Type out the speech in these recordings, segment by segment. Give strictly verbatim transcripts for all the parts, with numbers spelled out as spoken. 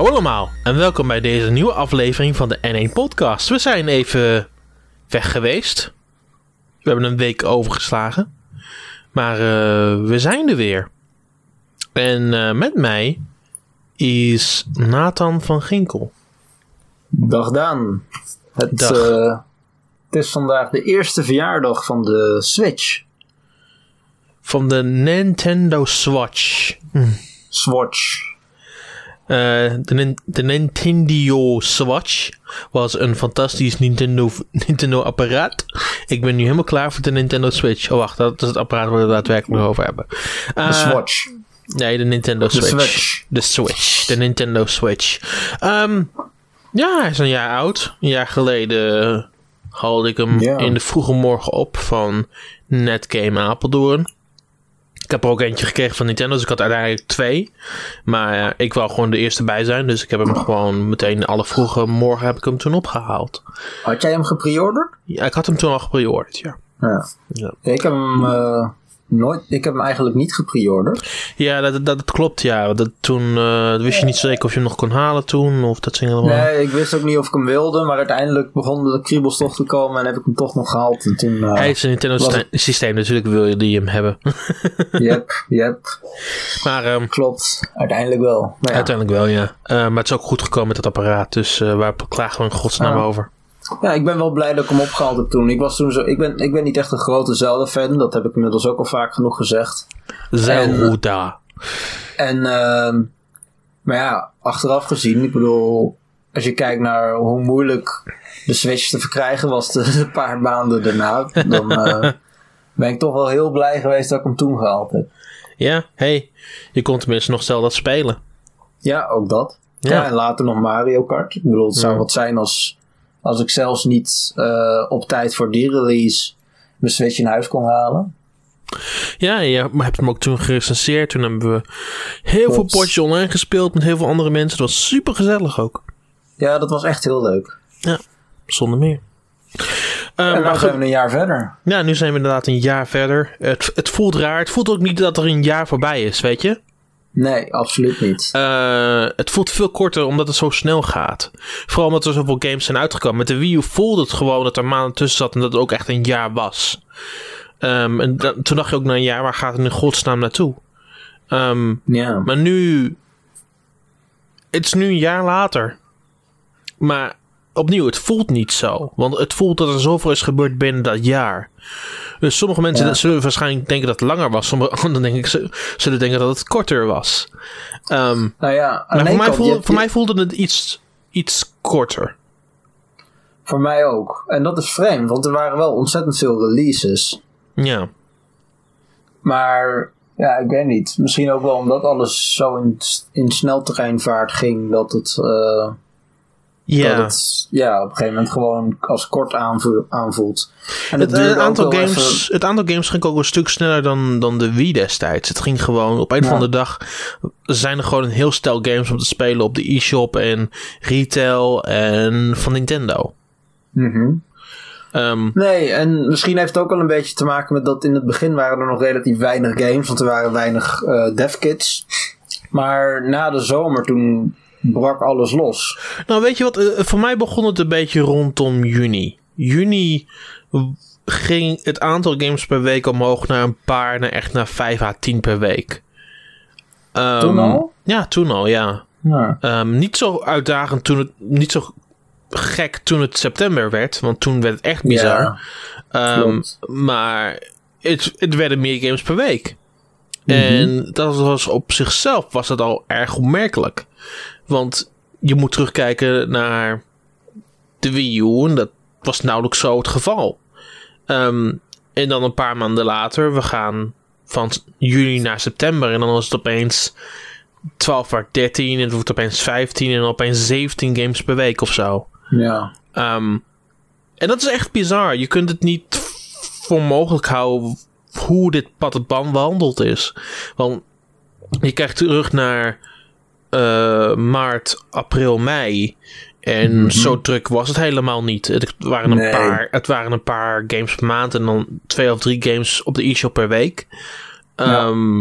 Hallo allemaal en welkom bij deze nieuwe aflevering van de N één podcast. We zijn even weg geweest. We hebben een week overgeslagen. Maar uh, we zijn er weer. En uh, met mij is Nathan van Ginkel. Dag Daan. Het, Dag. Uh, het is vandaag de eerste verjaardag van de Switch. Van de Nintendo Switch. Hm. Swatch. Uh, de, nin- de Nintendo Switch was een fantastisch Nintendo, Nintendo apparaat. Ik ben nu helemaal klaar voor de Nintendo Switch. Oh wacht, dat is het apparaat waar we het daadwerkelijk nog over hebben. Uh, De Swatch. Nee, de Nintendo De Switch. Switch. De Switch. De Nintendo Switch. Um, ja, hij is een jaar oud. Een jaar geleden haalde ik hem Ja. in de vroege morgen op van Netgame Apeldoorn. Ik heb er ook eentje gekregen van Nintendo, dus ik had uiteindelijk twee. Maar uh, ik wou gewoon de eerste bij zijn, dus ik heb hem gewoon meteen alle vroege morgen heb ik hem toen opgehaald. Had jij hem gepreorderd? Ja, ik had hem toen al gepreorderd, ja. Ja. Ja, Ik heb hem uh, nooit. Ik heb hem eigenlijk niet gepreorderd. ja dat, dat, dat klopt, ja. Dat, toen uh, wist je niet zeker of je hem nog kon halen toen, of dat ging allemaal. Nee, ik wist ook niet of ik hem wilde, maar uiteindelijk begonnen de kriebels toch te komen en heb ik hem toch nog gehaald. En toen. Uh, Hij is een Nintendo was systeem, systeem, natuurlijk wil je die hem hebben. Yep, yep. Maar um, Klopt. Uiteindelijk wel. Maar ja. uiteindelijk wel, ja. Uh, maar het is ook goed gekomen met dat apparaat, dus uh, waar klagen we in godsnaam Ja. over. Ja, ik ben wel blij dat ik hem opgehaald heb toen. Ik was toen zo. Ik ben, ik ben niet echt een grote Zelda-fan. Dat heb ik inmiddels ook al vaak genoeg gezegd. Zelda. En, uh, maar ja, achteraf gezien, ik bedoel, als je kijkt naar hoe moeilijk de Switch te verkrijgen was de, de paar maanden daarna, dan uh, ben ik toch wel heel blij geweest dat ik hem toen gehaald heb. Ja, hey, je kon tenminste nog Zelda spelen. Ja, ook dat. Ja. Ja, en later nog Mario Kart. Ik bedoel, het zou Ja. wat zijn als, als ik zelfs niet uh, op tijd voor die release mijn Switch in huis kon halen. Ja, je hebt hem ook toen gerecenseerd. Toen hebben we heel Klopt. veel potjes online gespeeld met heel veel andere mensen. Het was super gezellig ook. Ja, dat was echt heel leuk. Ja, zonder meer. Uh, En maar nou goed, zijn we een jaar verder. ja, nu zijn we inderdaad een jaar verder. Het, het voelt raar. Het voelt ook niet dat er een jaar voorbij is, weet je? Nee, absoluut niet. Uh, het voelt veel korter omdat het zo snel gaat. Vooral omdat er zoveel games zijn uitgekomen. Met de Wii U voelde het gewoon dat er maanden tussen zat en dat het ook echt een jaar was. Um, en da- toen dacht je ook na een jaar, waar gaat het in godsnaam naartoe? Um, Ja. maar nu... Het is nu een jaar later. Maar opnieuw, het voelt niet zo. Want het voelt dat er zoveel is gebeurd binnen dat jaar. Dus sommige mensen Ja. zullen waarschijnlijk denken dat het langer was. Sommige anderen denk ik, z- zullen denken dat het korter was. Um, Nou ja, aan maar de voor ene mij, kant, voelde, je- voor je- mij voelde het iets, iets korter. Voor mij ook. En dat is vreemd, want er waren wel ontzettend veel releases. Ja. Maar ja, ik weet niet. Misschien ook wel omdat alles zo in, in snelterreinvaart ging, dat het, uh, Ja. dat het ja, op een gegeven moment gewoon als kort aanvo- aanvoelt. En Het, het duurde het, aantal ook wel games, even- het aantal games ging ook een stuk sneller dan, dan de Wii destijds. Het ging gewoon op een Ja. van de dag zijn er gewoon een heel stel games om te spelen op de e-shop en retail en van Nintendo. Mhm. Um, Nee, en misschien heeft het ook wel een beetje te maken met dat in het begin waren er nog relatief weinig games, want er waren weinig uh, devkits. Maar na de zomer toen brak alles los. nou, weet je wat? Uh, voor mij begon het een beetje rondom juni. Juni w- ging het aantal games per week omhoog naar een paar, naar echt naar vijf à tien per week. Um, Toen al? Ja, toen al, ja. Ja. Um, niet zo uitdagend toen het... Niet zo gek toen het september werd. Want toen werd het echt bizar. Ja, um, klopt. maar het, het werden meer games per week. Mhm. En dat was op zichzelf was dat al erg opmerkelijk. Want je moet terugkijken naar de Wii U. En dat was nauwelijks zo het geval. Um, en dan een paar maanden later. We gaan van juli naar september. En dan was het opeens twaalf à dertien. En het wordt opeens vijftien. En opeens zeventien games per week of zo. Ja. Um, en dat is echt bizar. Je kunt het niet voor mogelijk houden hoe dit pad het ban behandeld is. Want je kijkt terug naar uh, maart, april, mei. En Mm-hmm. zo druk was het helemaal niet. Het waren, een Nee. paar, het waren een paar games per maand. En dan twee of drie games op de e-shop per week. Ja. Um,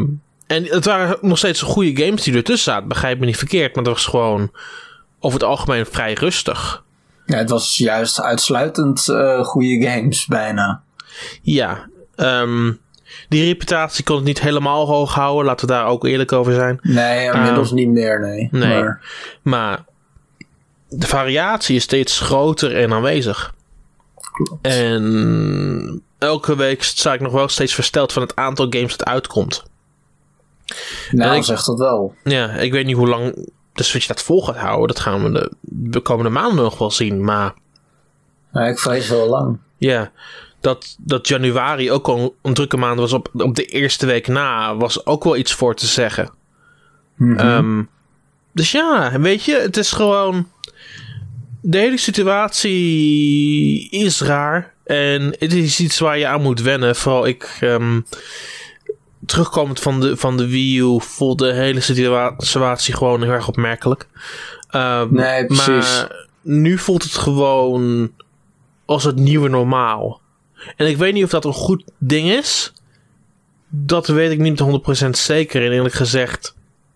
En het waren nog steeds goede games die ertussen zaten. Begrijp me niet verkeerd. Maar dat was gewoon over het algemeen vrij rustig. Ja, het was juist uitsluitend uh, goede games, bijna. Ja, um, die reputatie kon het niet helemaal hoog houden. Laten we daar ook eerlijk over zijn. Nee, inmiddels um, niet meer, nee. Nee, maar... maar de variatie is steeds groter en aanwezig. Klopt. En elke week sta ik nog wel steeds versteld van het aantal games dat uitkomt. Nou, ik, zegt dat wel. Ja, ik weet niet hoe lang de Switch dat vol gaat houden. Dat gaan we de, de komende maanden nog wel zien, maar... Ja, ik vrees wel lang. Ja, dat, dat januari ook al een drukke maand was op, op de eerste week na, was ook wel iets voor te zeggen. Mm-hmm. Um, dus ja, weet je, het is gewoon... De hele situatie is raar. En het is iets waar je aan moet wennen. Vooral ik... Um, terugkomend van de, van de Wii U voelt de hele situatie gewoon heel erg opmerkelijk. Uh, nee, precies. Maar nu voelt het gewoon als het nieuwe normaal. En ik weet niet of dat een goed ding is. Dat weet ik niet honderd procent zeker. En eerlijk gezegd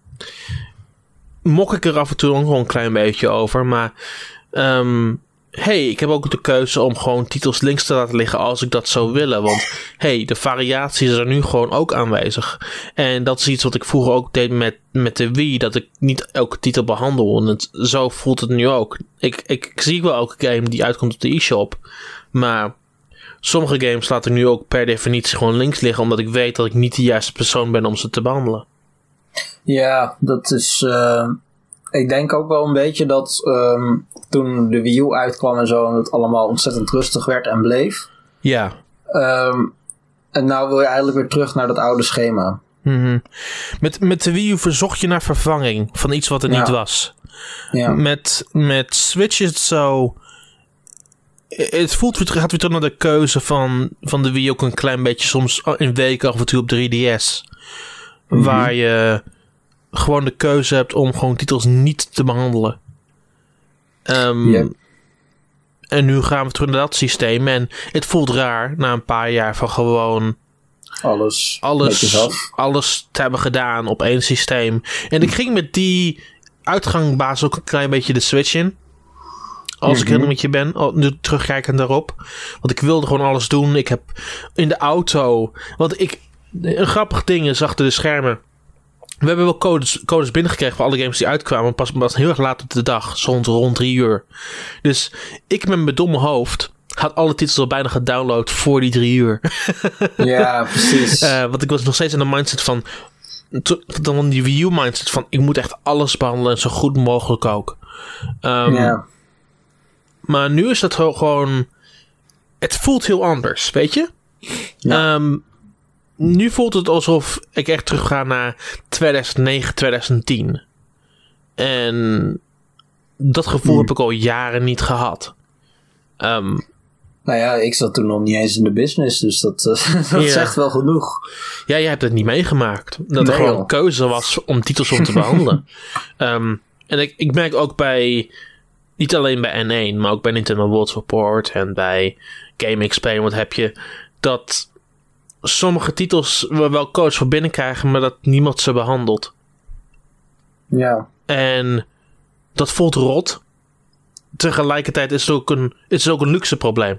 mok ik er af en toe ook wel een klein beetje over. Maar um, hey, ik heb ook de keuze om gewoon titels links te laten liggen als ik dat zou willen. Want hey, de variatie is er nu gewoon ook aanwezig. En dat is iets wat ik vroeger ook deed met, met de Wii. Dat ik niet elke titel behandel. En het, zo voelt het nu ook. Ik, ik, ik zie wel elke game die uitkomt op de e-shop. Maar sommige games laat ik nu ook per definitie gewoon links liggen. Omdat ik weet dat ik niet de juiste persoon ben om ze te behandelen. Ja, dat is... Uh... Ik denk ook wel een beetje dat um, toen de Wii U uitkwam en zo en het allemaal ontzettend rustig werd en bleef. Ja. Um, en nou wil je eigenlijk weer terug naar dat oude schema. Mm-hmm. Met, met de Wii U verzocht je naar vervanging van iets wat er ja. niet was. Ja. Met, met Switch is het zo... Het voelt weer, gaat weer terug naar de keuze van, van de Wii ook een klein beetje soms in weken af en toe op drie D S. Mm-hmm. Waar je... gewoon de keuze hebt om gewoon titels niet te behandelen. Um, yep. En nu gaan we terug naar dat systeem. En het voelt raar na een paar jaar van gewoon... Alles, alles, alles te hebben gedaan op één systeem. En ik ging met die uitgangbasis ook een klein beetje de Switch in. Als mm-hmm. ik helemaal met je ben. Nu terugkijkend daarop. Want ik wilde gewoon alles doen. Ik heb in de auto... Want ik... Een grappig ding is achter de schermen... We hebben wel codes, codes binnengekregen voor alle games die uitkwamen. Pas, pas heel erg laat op de dag. Rond, rond drie uur. Dus ik met mijn domme hoofd had alle titels al bijna gedownload voor die drie uur. Ja, precies. Uh, want ik was nog steeds in de mindset van... Dan die Wii U mindset van... Ik moet echt alles behandelen en zo goed mogelijk ook. Um, ja. Maar nu is dat gewoon... Het voelt heel anders, weet je? Ja. Um, Nu voelt het alsof ik echt terug ga naar tweeduizend negen, tweeduizend tien. En dat gevoel mm. heb ik al jaren niet gehad. Um, nou ja, ik zat toen nog niet eens in de business, dus dat, uh, dat ja. zegt wel genoeg. Ja, jij hebt het niet meegemaakt. Dat nee, er gewoon een keuze was om titels om te behandelen. Um, en ik, ik merk ook bij, niet alleen bij N één, maar ook bij Nintendo World Report en bij Game X P, wat heb je, dat... sommige titels we wel codes voor binnenkrijgen, maar dat niemand ze behandelt. Ja. En dat voelt rot. Tegelijkertijd is het ook een, is het ook een luxe probleem.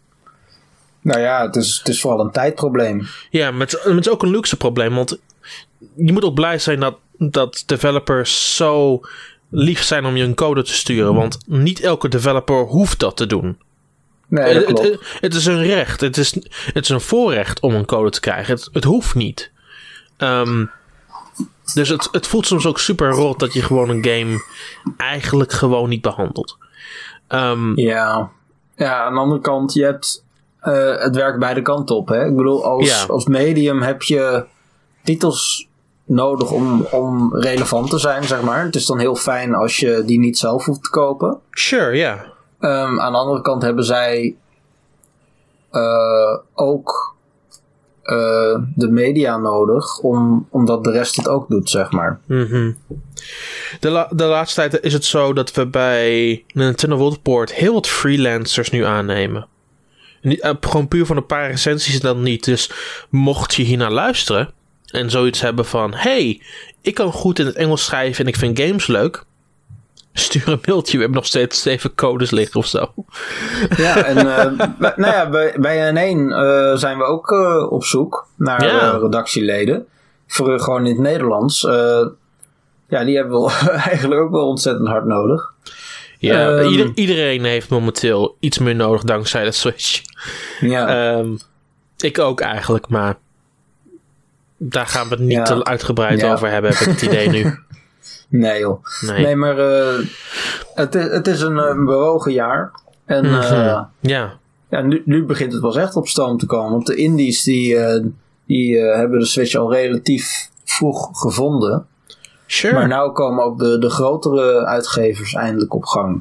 Nou ja, het is, het is vooral een tijdprobleem. Ja, maar het, het is ook een luxe probleem. Want je moet ook blij zijn dat, dat developers zo lief zijn om je een code te sturen. Want niet elke developer hoeft dat te doen. Nee, dat klopt. Het, het, het is een recht. Het is, het is een voorrecht om een code te krijgen. Het, het hoeft niet. Um, dus het, het voelt soms ook super rot dat je gewoon een game eigenlijk gewoon niet behandelt. Um, ja. ja, aan de andere kant, je hebt uh, het werkt beide kanten op. Hè? Ik bedoel, als, ja. als medium heb je titels nodig om, om relevant te zijn, zeg maar. Het is dan heel fijn als je die niet zelf hoeft te kopen. Sure, ja. Yeah. Um, aan de andere kant hebben zij uh, ook uh, de media nodig, om, omdat de rest het ook doet, zeg maar. Mm-hmm. De, la- de laatste tijd is het zo dat we bij Nintendo World Report heel wat freelancers nu aannemen. Niet, uh, gewoon puur van een paar recensies dan niet. Dus mocht je hier naar luisteren en zoiets hebben van... hey, ik kan goed in het Engels schrijven en ik vind games leuk... stuur een mailtje, we hebben nog steeds zeven codes liggen of zo. Ja, en uh, bij, nou ja, bij, bij N één uh, zijn we ook uh, op zoek naar ja. uh, redactieleden. Voor uh, gewoon in het Nederlands. Uh, ja, die hebben we eigenlijk ook wel ontzettend hard nodig. Ja, um, ieder, iedereen heeft momenteel iets meer nodig dankzij de Switch. Ja. Um, ik ook eigenlijk, maar daar gaan we het niet ja. te uitgebreid ja. over hebben, heb ik het idee nu. Nee joh. Nee, nee maar uh, het, is, het is een, een bewogen jaar. En mm-hmm. uh, ja. Ja, nu, nu begint het wel echt op stoom te komen. Want de indies die, uh, die uh, hebben de Switch al relatief vroeg gevonden. Sure. Maar nou komen ook de, de grotere uitgevers eindelijk op gang.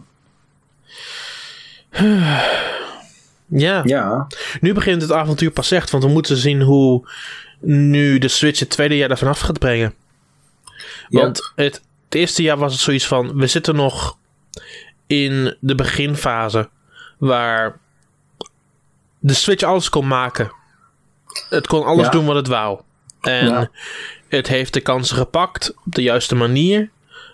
Ja. ja. Nu begint het avontuur pas echt. Want we moeten zien hoe nu de Switch het tweede jaar daarvan af gaat brengen. Want ja. het, het eerste jaar was het zoiets van... we zitten nog in de beginfase... waar de Switch alles kon maken. Het kon alles ja. doen wat het wou. En ja. het heeft de kansen gepakt op de juiste manier.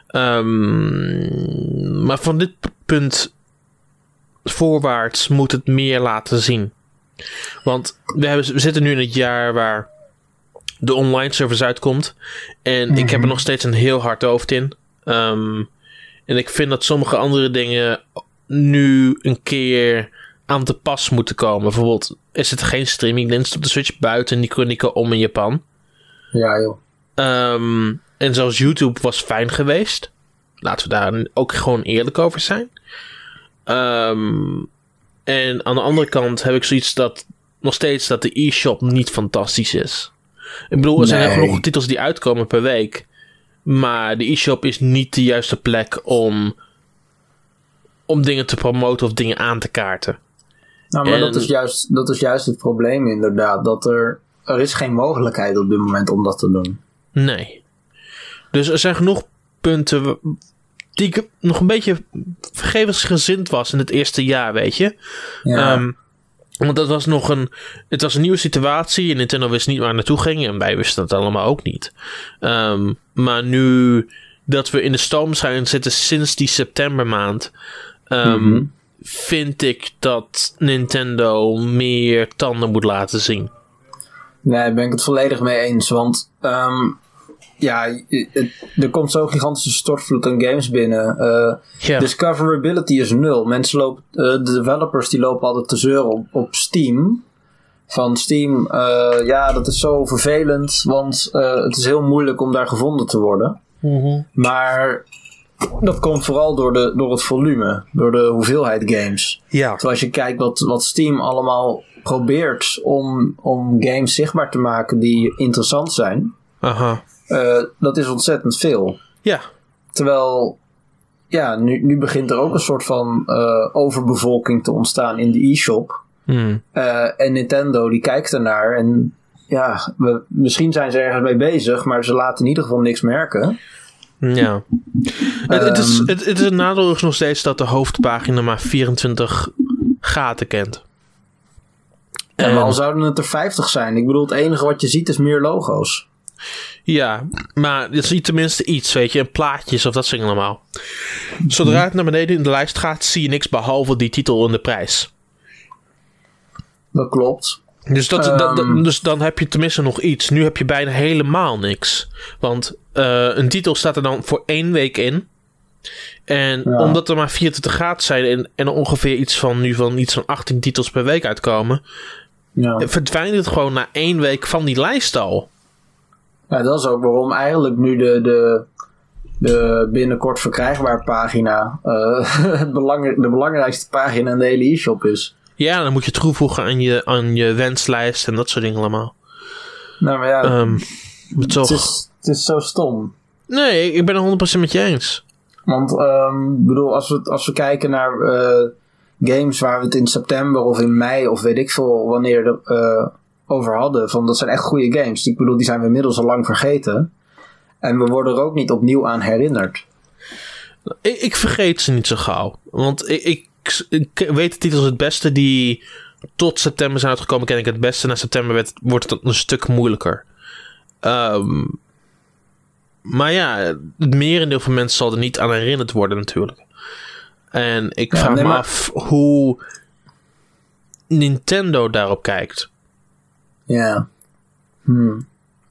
Um, maar van dit punt voorwaarts moet het meer laten zien. Want we, hebben, we zitten nu in het jaar waar de online service uitkomt. En mm-hmm. ik heb er nog steeds een heel hard hoofd in. Um, en ik vind dat sommige andere dingen nu een keer aan te pas moeten komen. Bijvoorbeeld is het geen streamingdienst op de Switch buiten Nico Nico om in Japan. Ja joh. Um, en zelfs YouTube was fijn geweest. Laten we daar ook gewoon eerlijk over zijn. Um, en aan de andere kant heb ik zoiets dat nog steeds dat de e-shop niet fantastisch is. Ik bedoel, er zijn nee. genoeg titels die uitkomen per week. Maar de e-shop is niet de juiste plek om om dingen te promoten of dingen aan te kaarten. Nou, maar en, dat is juist, dat is juist het probleem inderdaad. Dat er, er is geen mogelijkheid op dit moment om dat te doen. Nee. Dus er zijn genoeg punten die ik nog een beetje vergevensgezind was in het eerste jaar, weet je. Ja. Um, want dat was nog een... Het was een nieuwe situatie en Nintendo wist niet waar naartoe ging. En wij wisten dat allemaal ook niet. Um, maar nu dat we in de stoomschuim zitten sinds die septembermaand... Um, mm-hmm. vind ik dat Nintendo meer tanden moet laten zien. Nee, daar ben ik het volledig mee eens. Want um, ja, het, er komt zo'n gigantische stortvloed aan games binnen. Uh, ja. Discoverability is nul. Mensen lopen, uh, de developers die lopen altijd te zeuren op, op Steam. Van Steam, uh, ja, dat is zo vervelend. Want uh, het is heel moeilijk om daar gevonden te worden. Mm-hmm. Maar dat komt vooral door, de, door het volume. Door de hoeveelheid games. Ja. Terwijl als je kijkt wat, wat Steam allemaal probeert om, om games zichtbaar te maken die interessant zijn. Aha. Uh, dat is ontzettend veel. Ja. Terwijl, ja, nu, nu begint er ook een soort van uh, overbevolking te ontstaan in de e-shop. Hmm. Uh, en Nintendo die kijkt ernaar en ja, we, misschien zijn ze ergens mee bezig, maar ze laten in ieder geval niks merken. Ja. Um, het, het, is, het, het is een nadeel nog steeds dat de hoofdpagina maar vierentwintig gaten kent. Ja, maar al zouden het er vijftig zijn. Ik bedoel, het enige wat je ziet is meer logo's. Ja, maar je ziet tenminste iets, weet je, en plaatjes of dat soort dingen allemaal. Zodra het naar beneden in de lijst gaat, zie je niks behalve die titel en de prijs. Dat klopt. Dus, dat, um, dat, dat, dus dan heb je tenminste nog iets. Nu heb je bijna helemaal niks. Want uh, een titel staat er dan voor één week in. En ja. omdat er maar vierentwintig graden zijn en, en ongeveer iets van nu van iets van achttien titels per week uitkomen, ja. verdwijnt het gewoon na één week van die lijst al. Ja, dat is ook waarom eigenlijk nu de, de, de binnenkort verkrijgbaar pagina uh, het belang, de belangrijkste pagina in de hele e-shop is. Ja, dan moet je het toevoegen aan je, aan je wenslijst en dat soort dingen allemaal. Nou, maar ja, um, het, toch... is, het is zo stom. Nee, ik ben het honderd procent met je eens. Want, um, bedoel, als we, als we kijken naar uh, games waar we het in september of in mei of weet ik veel wanneer er, uh, over hadden, van dat zijn echt goede games. Ik bedoel, die zijn we inmiddels al lang vergeten. En we worden er ook niet opnieuw aan herinnerd. Ik, ik vergeet ze niet zo gauw. Want ik, ik, ik weet de titels het beste die tot september zijn uitgekomen, ken ik het beste. Na september werd, wordt het een stuk moeilijker. Um, maar ja, het merendeel van mensen zal er niet aan herinnerd worden natuurlijk. En ik Ja, vraag nee, me maar- af hoe Nintendo daarop kijkt. Ja. Hmm.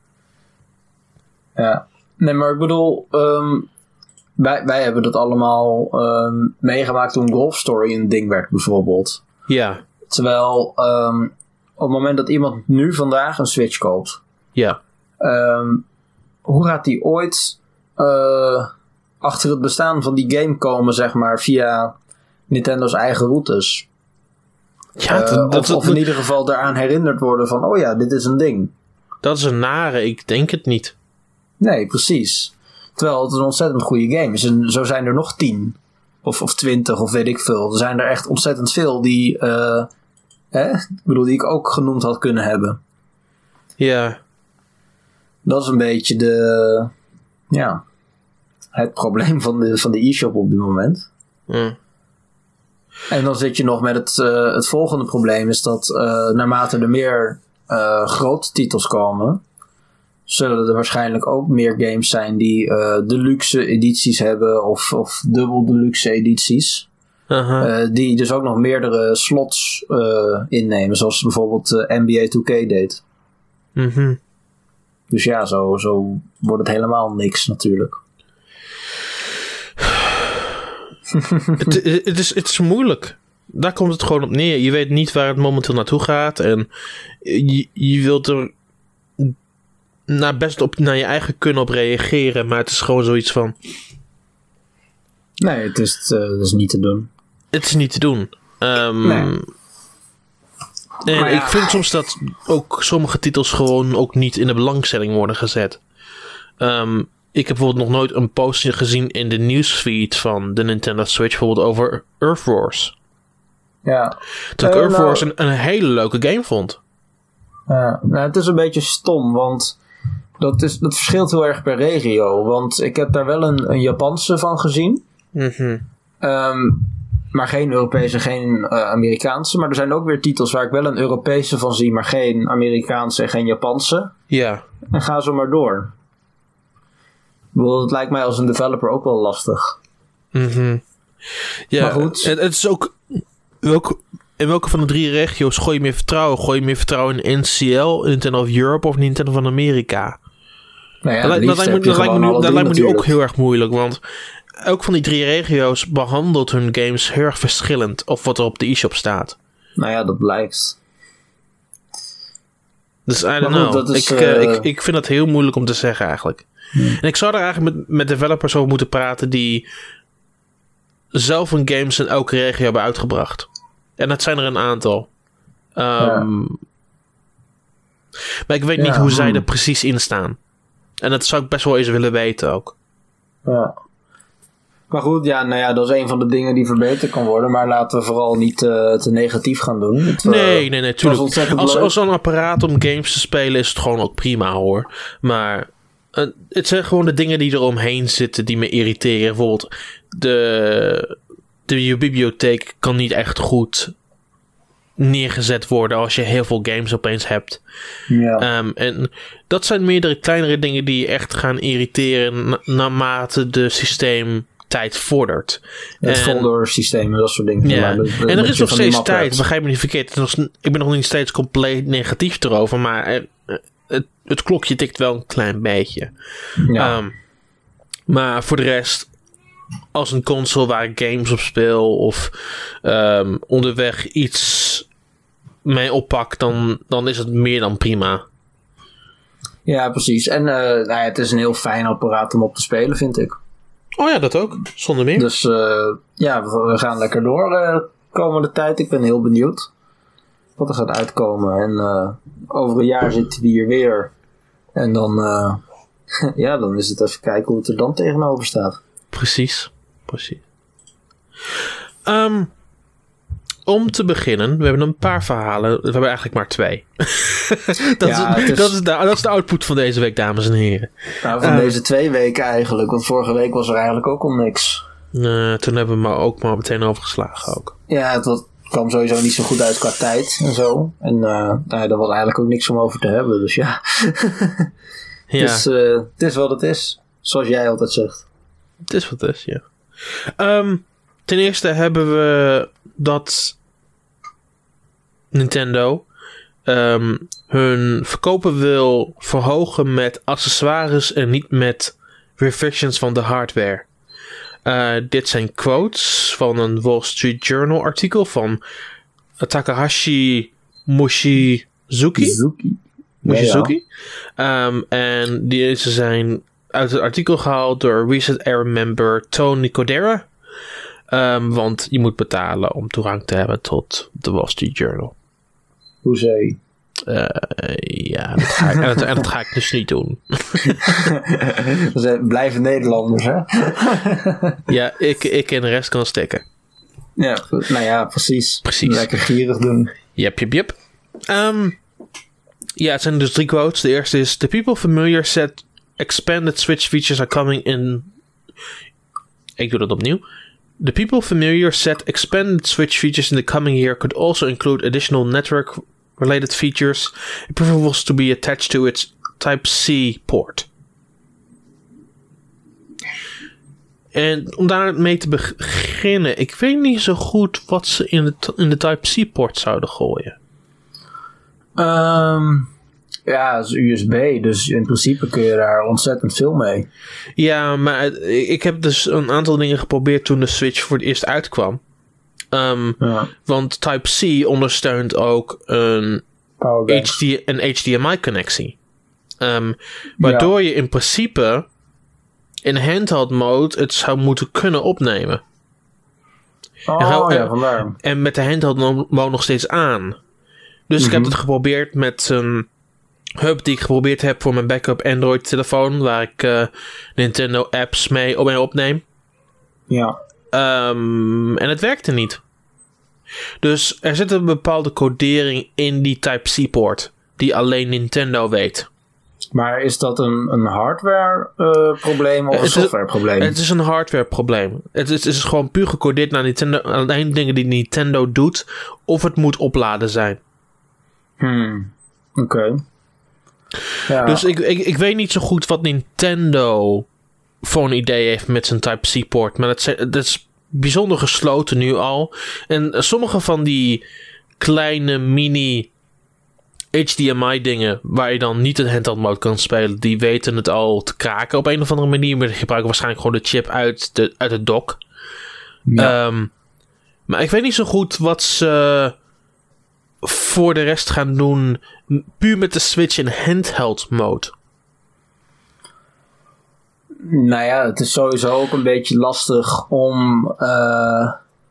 Ja. Nee, maar ik bedoel... Um, wij, wij hebben dat allemaal um, meegemaakt toen Golf Story een ding werd bijvoorbeeld. Ja, Terwijl um, op het moment dat iemand nu vandaag een Switch koopt... ja. Um, hoe gaat die ooit uh, achter het bestaan van die game komen, zeg maar, via Nintendo's eigen routes? Ja, Uh, dat, dat, of, of in ieder geval daaraan herinnerd worden van, oh ja, dit is een ding. dat is een nare. Ik denk het niet. Nee, precies. Terwijl het een ontzettend goede game is. En zo zijn er nog tien. Of, of twintig, of weet ik veel. Er zijn er echt ontzettend veel die, uh, hè? Ik bedoel, die ik ook genoemd had kunnen hebben. Ja, Dat is een beetje de, ja, het probleem van de, van de e-shop op dit moment. mm. En dan zit je nog met het, uh, het volgende probleem is dat uh, naarmate er meer uh, grote titels komen, zullen er waarschijnlijk ook meer games zijn die uh, deluxe edities hebben of, of dubbel deluxe edities. uh-huh. Uh, die dus ook nog meerdere slots uh, innemen, zoals bijvoorbeeld uh, N B A two K deed. Mm-hmm. Dus ja, zo, zo wordt het helemaal niks natuurlijk. het, het, is, het is moeilijk. Daar komt het gewoon op neer. Je weet niet waar het momenteel naartoe gaat. En je, je wilt er nou, best op, naar je eigen kunnen op reageren. Maar het is gewoon zoiets van... Nee, het is, uh, het is niet te doen. Het is niet te doen. Um, Nee. En Maar ja. ik vind soms dat ook sommige titels gewoon ook niet in de belangstelling worden gezet. Um, ik heb bijvoorbeeld nog nooit een post gezien in de nieuwsfeed van de Nintendo Switch bijvoorbeeld over Earth Wars. Ja. Terwijl ik Uh, Earth nou, Wars een, een hele leuke game vond. Ja, nou, het is een beetje stom, want dat, is, dat verschilt heel erg per regio. Want ik heb daar wel een, een Japanse van gezien. Mm-hmm. Um, maar geen Europese, geen uh, Amerikaanse. Maar er zijn ook weer titels waar ik wel een Europese van zie, maar geen Amerikaanse en geen Japanse. Ja. En ga zo maar door. Ik bedoel, het lijkt mij als een developer ook wel lastig. Mm-hmm. Ja, Maar goed. Het, het is ook... Welke, in welke van de drie regio's gooi je meer vertrouwen? Gooi je meer vertrouwen in N C L, Nintendo of Europe of Nintendo van Amerika? Nou ja, dat lijkt, dat liefst lijkt me, heb je dat lijkt me gewoon nu, alle dat drie lijkt me nu ook natuurlijk. heel erg moeilijk, want elk van die drie regio's behandelt hun games heel erg verschillend of wat er op de e-shop staat. Nou ja, dat blijkt. Dus I don't Maar goed, know. dat is, ik, uh, uh, ik, ik vind dat heel moeilijk om te zeggen eigenlijk. Hmm. En ik zou er eigenlijk met, met developers over moeten praten die zelf hun games in elke regio hebben uitgebracht. En dat zijn er een aantal. Um, Ja. Maar ik weet Ja, niet hoe zij hmm. er precies in staan. En dat zou ik best wel eens willen weten ook. Ja. Maar goed, ja, nou ja, dat is een van de dingen die verbeterd kan worden. Maar laten we vooral niet uh, te negatief gaan doen. Het, uh, Nee, nee, nee, was tuurlijk. ontzettend Als, leuk. als een apparaat om games te spelen is het gewoon ook prima hoor. Maar uh, het zijn gewoon de dingen die eromheen zitten die me irriteren. Bijvoorbeeld de, de bibliotheek kan niet echt goed neergezet worden als je heel veel games opeens hebt. Ja. Um, en dat zijn meerdere kleinere dingen die je echt gaan irriteren na- naarmate de systeemtijd vordert. Het En- folder systeem en dat soort dingen. ja, Maar dat- dat en er moet is je nog van die steeds map tijd. hebt. Begrijp me niet verkeerd. Het is nog, ik ben nog niet steeds compleet negatief erover. Maar er, het, het klokje tikt wel een klein beetje. Ja. Um, maar voor de rest, als een console waar ik games op speel of um, onderweg iets mee oppak, dan, dan is het meer dan prima. ja, precies. En uh, nou ja, het is een heel fijn apparaat om op te spelen, vind ik. Oh ja, dat ook. Zonder meer. Dus uh, ja, we, we gaan lekker door de komende tijd. Ik ben heel benieuwd wat er gaat uitkomen. En uh, over een jaar zitten we hier weer. En dan, uh, ja, dan is het even kijken hoe het er dan tegenover staat. Precies. Precies. Um, om te beginnen, we hebben een paar verhalen. We hebben eigenlijk maar twee. dat, Ja, is, het is- dat, is de, dat is de output van deze week, dames en heren. Nou, van Uh, deze twee weken eigenlijk. Want vorige week was er eigenlijk ook al niks. Uh, toen hebben we me ook maar meteen overgeslagen ook. Ja, het was, kwam sowieso niet zo goed uit qua tijd en zo. En uh, nou ja, daar was eigenlijk ook niks om over te hebben. Dus ja. Ja. Het, is, uh, het is wat het is. Zoals jij altijd zegt. Het is wat het is, ja. Um, ten eerste hebben we dat Nintendo um, hun verkopen wil verhogen met accessoires en niet met revisions van de hardware. Uh, dit zijn quotes van een Wall Street Journal artikel van Takahashi Mochizuki. Suzuki. Mochizuki. Ja, ja. Um, en deze zijn uit het artikel gehaald door Recent Air member Tony Kodera. Um, want je moet betalen om toegang te hebben tot de Wall Street Journal. Hoezee? Uh, ja, dat ga ik, en, dat, en dat ga ik dus niet doen. We zijn blijven Nederlanders, hè? Ja, ik, ik en de rest kan stikken. Ja, nou ja, precies. Precies. Lekker gierig doen. Yep, yep, yep. Um, ja, het zijn dus drie quotes. De eerste is: The people familiar said expanded Switch features are coming in. Ik doe dat opnieuw. The people familiar said expanded Switch features in the coming year could also include additional network-related features, approvals to be attached to its Type-C port. En om daarmee te beginnen, ik weet niet zo goed wat ze in de, in de Type-C port zouden gooien. Um, ja, het is U S B, dus in principe kun je daar ontzettend veel mee. Ja, maar het, ik heb dus een aantal dingen geprobeerd toen de Switch voor het eerst uitkwam. Um, ja. Want Type-C ondersteunt ook een, H D, een H D M I-connectie. Um, waardoor ja. je in principe in handheld mode het zou moeten kunnen opnemen. Oh, en, en, ja, vandaar. En met de handheld mode nog steeds aan. Dus mm-hmm. ik heb het geprobeerd met een hub die ik geprobeerd heb voor mijn backup Android telefoon, waar ik uh, Nintendo apps mee, mee opneem. Ja. Um, en het werkte niet. Dus er zit een bepaalde codering in die Type-C poort die alleen Nintendo weet. Maar is dat een, een hardware uh, probleem of uh, een software probleem? Het is een hardware probleem. Het is, het is gewoon puur gecodeerd naar Nintendo, alleen dingen die Nintendo doet, of het moet opladen zijn. Hmm. Oké. Okay. Ja. Dus ik, ik, ik weet niet zo goed wat Nintendo voor een idee heeft met zijn Type-C poort. Maar dat, dat is bijzonder gesloten nu al. En sommige van die kleine mini H D M I dingen waar je dan niet een handheld mode kan spelen, die weten het al te kraken op een of andere manier. Maar die gebruiken waarschijnlijk gewoon de chip uit de, uit het dock. Ja. Um, maar ik weet niet zo goed wat ze voor de rest gaan doen puur met de Switch in handheld mode. Nou ja, het is sowieso ook een beetje lastig om uh,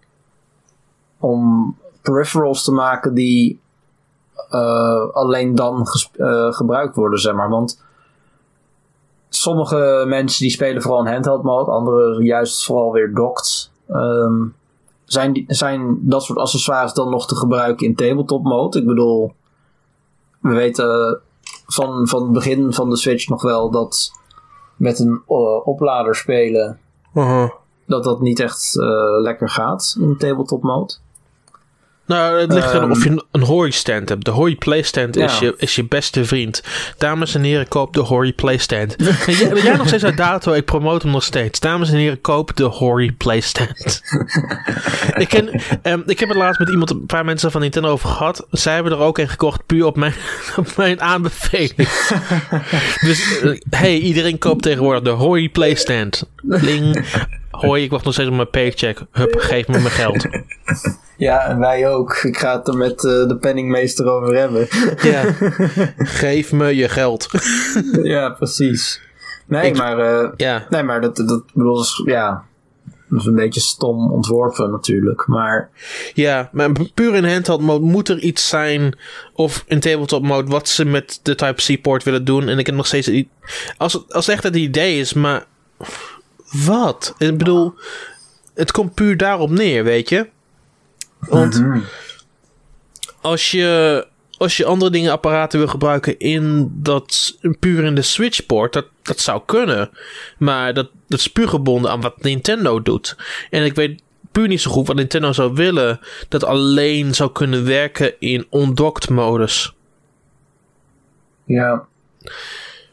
om peripherals te maken die uh, alleen dan ges- uh, gebruikt worden, zeg maar. Want sommige mensen die spelen vooral in handheld mode, anderen juist vooral weer docked. Um, zijn, die, zijn dat soort accessoires dan nog te gebruiken in tabletop mode? Ik bedoel, we weten van, van het begin van de Switch nog wel dat met een uh, oplader spelen, uh-huh. dat dat niet echt uh, lekker gaat in tabletop mode. Nou, het ligt um, eraan of je een Hori stand hebt. De Hori Playstand ja. is, je, is je beste vriend. Dames en heren, koop de Hori Playstand. jij, jij nog steeds uit dato, ik promote hem nog steeds. Dames en heren, koop de Hori Playstand. ik, ken, um, ik heb het laatst met iemand, een paar mensen van Nintendo over gehad. Zij hebben er ook een gekocht, puur op mijn, op mijn aanbeveling. Dus, uh, hey, iedereen koopt tegenwoordig de Hori Playstand. Ling. Hoi, ik wacht nog steeds op mijn paycheck. Hup, geef me mijn geld. Ja, en wij ook. Ik ga het er met uh, de penningmeester over hebben. Ja, geef me je geld. Ja, precies. Nee, ik, maar, uh, ja. nee, maar dat, dat bedoel is, ja, dat is een beetje stom ontworpen natuurlijk, maar ja, maar puur in handheld mode moet er iets zijn, of in tabletop mode, wat ze met de Type-C port willen doen. En ik heb nog steeds, als, als echt het idee is, maar wat? Ik bedoel, het komt puur daarop neer, weet je? Want mm-hmm. als je als je andere dingen apparaten wil gebruiken in dat puur in de Switch port, dat, dat zou kunnen. Maar dat, dat is puur gebonden aan wat Nintendo doet. En ik weet puur niet zo goed wat Nintendo zou willen dat alleen zou kunnen werken in undocked modus. Ja.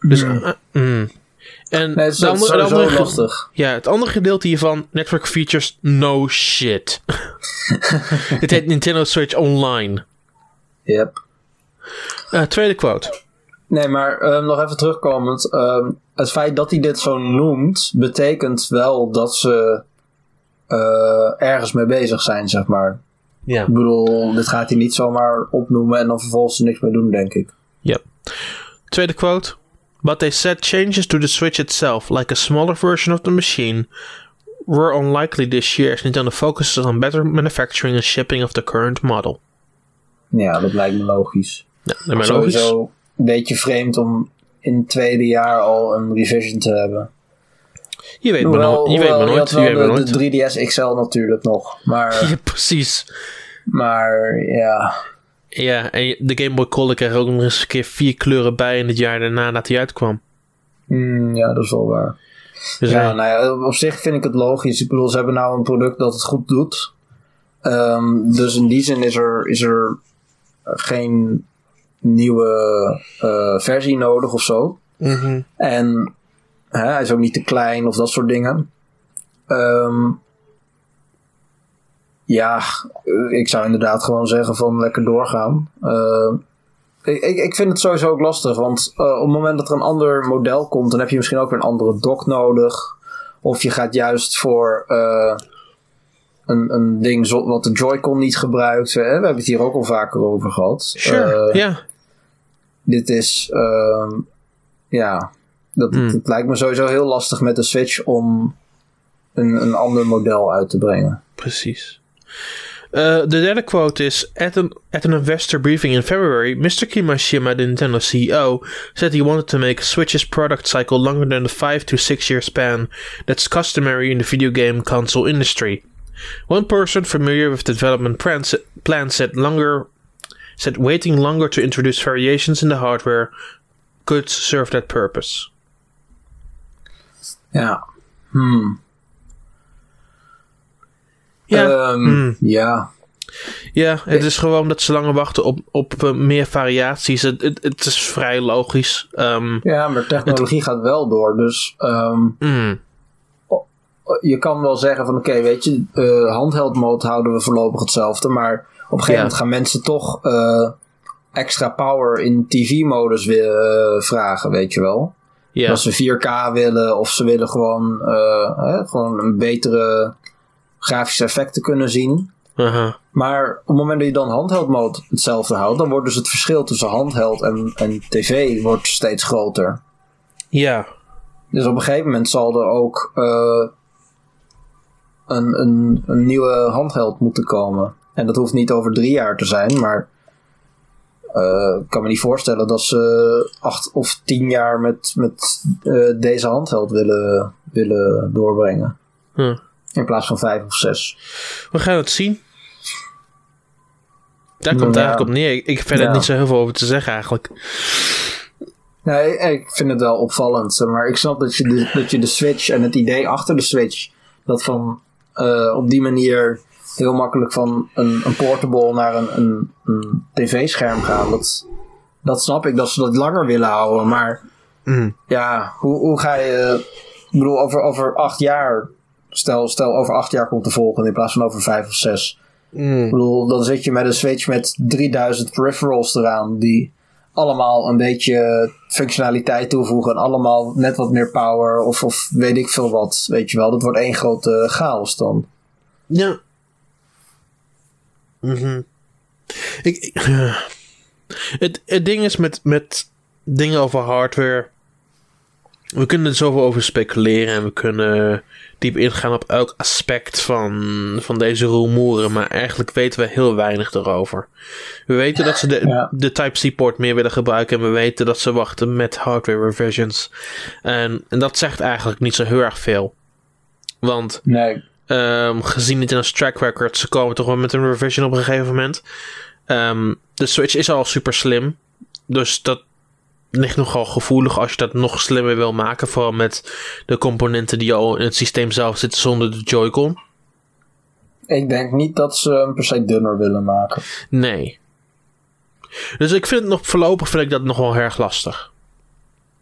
Dus, Mm. uh, mm. En Nee, het is de andere, sowieso de andere, lastig. Ja, het andere gedeelte hiervan, network features, no shit. Het heet Nintendo Switch Online. Yep. Uh, tweede quote. Nee, maar um, nog even terugkomend. Um, het feit dat hij dit zo noemt, betekent wel dat ze uh, ergens mee bezig zijn, zeg maar. Ja. Ik bedoel, dit gaat hij niet zomaar opnoemen en dan vervolgens er niks mee doen, denk ik. Ja. Tweede quote. But they said changes to the Switch itself, like a smaller version of the machine, were unlikely this year as Nintendo focuses on better manufacturing and shipping of the current model. Ja, dat lijkt me logisch. Ja, dat lijkt me logisch. Sowieso een beetje vreemd om in het tweede jaar al een revision te hebben. Je weet hoewel, maar, no- je weet maar nooit. Je Je weet maar had wel nooit. de, de drie D S X L natuurlijk nog. Maar, Ja, precies. maar ja... Ja, en je- de Game Boy Color kreeg ook nog eens een keer vier kleuren bij in het jaar daarna dat hij uitkwam. Mm, ja, dat is wel waar. Dus Ja, ja, nou ja, op zich vind ik het logisch. Ik bedoel, ze hebben nou een product dat het goed doet. Um, dus in die zin is er, is er geen nieuwe uh, versie nodig of zo. mm-hmm. En hè, hij is ook niet te klein of dat soort dingen. Um, ja, ik zou inderdaad gewoon zeggen van lekker doorgaan. Uh, ik, ik vind het sowieso ook lastig, want uh, op het moment dat er een ander model komt, dan heb je misschien ook weer een andere dock nodig. Of je gaat juist voor uh, een, een ding zo, wat de Joy-Con niet gebruikt. Hè? We hebben het hier ook al vaker over gehad. Sure, Uh, ja. Dit is, uh, ja, dat, Mm. het lijkt me sowieso heel lastig met de Switch om een, een ander model uit te brengen. Precies. Uh, de derde quote is: at an, at an investor briefing in February, mister Kimishima, the Nintendo C E O, said he wanted to make Switch's product cycle longer than the five to six year span that's customary in the video game console industry. One person familiar with the development plan, plan said longer said waiting longer to introduce variations in the hardware could serve that purpose. Ja. Hmm. Ja. Um, Hmm. Ja. Ja, het is gewoon dat ze langer wachten op, op uh, meer variaties. Het, het, het is vrij logisch. Um, Ja, maar technologie gaat wel door. Dus um, mm, je kan wel zeggen van oké, okay, weet je, uh, handheld mode houden we voorlopig hetzelfde. Maar op een gegeven Ja. moment gaan mensen toch uh, extra power in T V-modus weer uh, vragen, weet je wel. ja. Dat ze vier K willen of ze willen gewoon, uh, hè, gewoon een betere grafische effecten kunnen zien. Uh-huh. Maar op het moment dat je dan handheld mode hetzelfde houdt, dan wordt dus het verschil tussen handheld en, en tv wordt steeds groter. Ja. Dus op een gegeven moment zal er ook uh, een, een, een nieuwe handheld moeten komen. En dat hoeft niet over drie jaar te zijn, maar uh, ik kan me niet voorstellen dat ze acht of tien jaar met, met uh, deze handheld willen, willen doorbrengen. Huh. In plaats van vijf of zes. We gaan het zien. Daar komt het Ja. eigenlijk op neer. Ik, ik vind er Ja. niet zo heel veel over te zeggen eigenlijk. Nee, ik vind het wel opvallend. Maar ik snap dat je de, dat je de Switch en het idee achter de Switch, dat van uh, op die manier heel makkelijk van een, een portable naar een, een, een tv-scherm gaan. Dat, dat snap ik, dat ze dat langer willen houden. Maar Mm. ja, hoe, hoe ga je... Ik bedoel, over, over acht jaar... Stel, stel, over acht jaar komt de volgende in plaats van over vijf of zes. Mm. Ik bedoel, dan zit je met een Switch met drieduizend peripherals eraan, die allemaal een beetje functionaliteit toevoegen en allemaal net wat meer power of, of weet ik veel wat, weet je wel. Dat wordt één grote chaos dan. Ja. Mhm. Ik, ik, uh. het, het ding is met, met dingen over hardware. We kunnen er zoveel over speculeren en we kunnen diep ingaan op elk aspect van, van deze rumoeren, maar eigenlijk weten we heel weinig erover. We weten dat ze de, Ja. de Type-C poort meer willen gebruiken en we weten dat ze wachten met hardware revisions. En, en dat zegt eigenlijk niet zo heel erg veel. Want Nee. Um, gezien Nintendo's track record, ze komen toch wel met een revision op een gegeven moment. Um, de Switch is al super slim. Dus dat ligt nogal gevoelig als je dat nog slimmer wil maken. Vooral met de componenten die al in het systeem zelf zitten zonder de Joy-Con. Ik denk niet dat ze hem per se dunner willen maken. Nee. Dus ik vind het nog voorlopig vind ik dat nog wel erg lastig.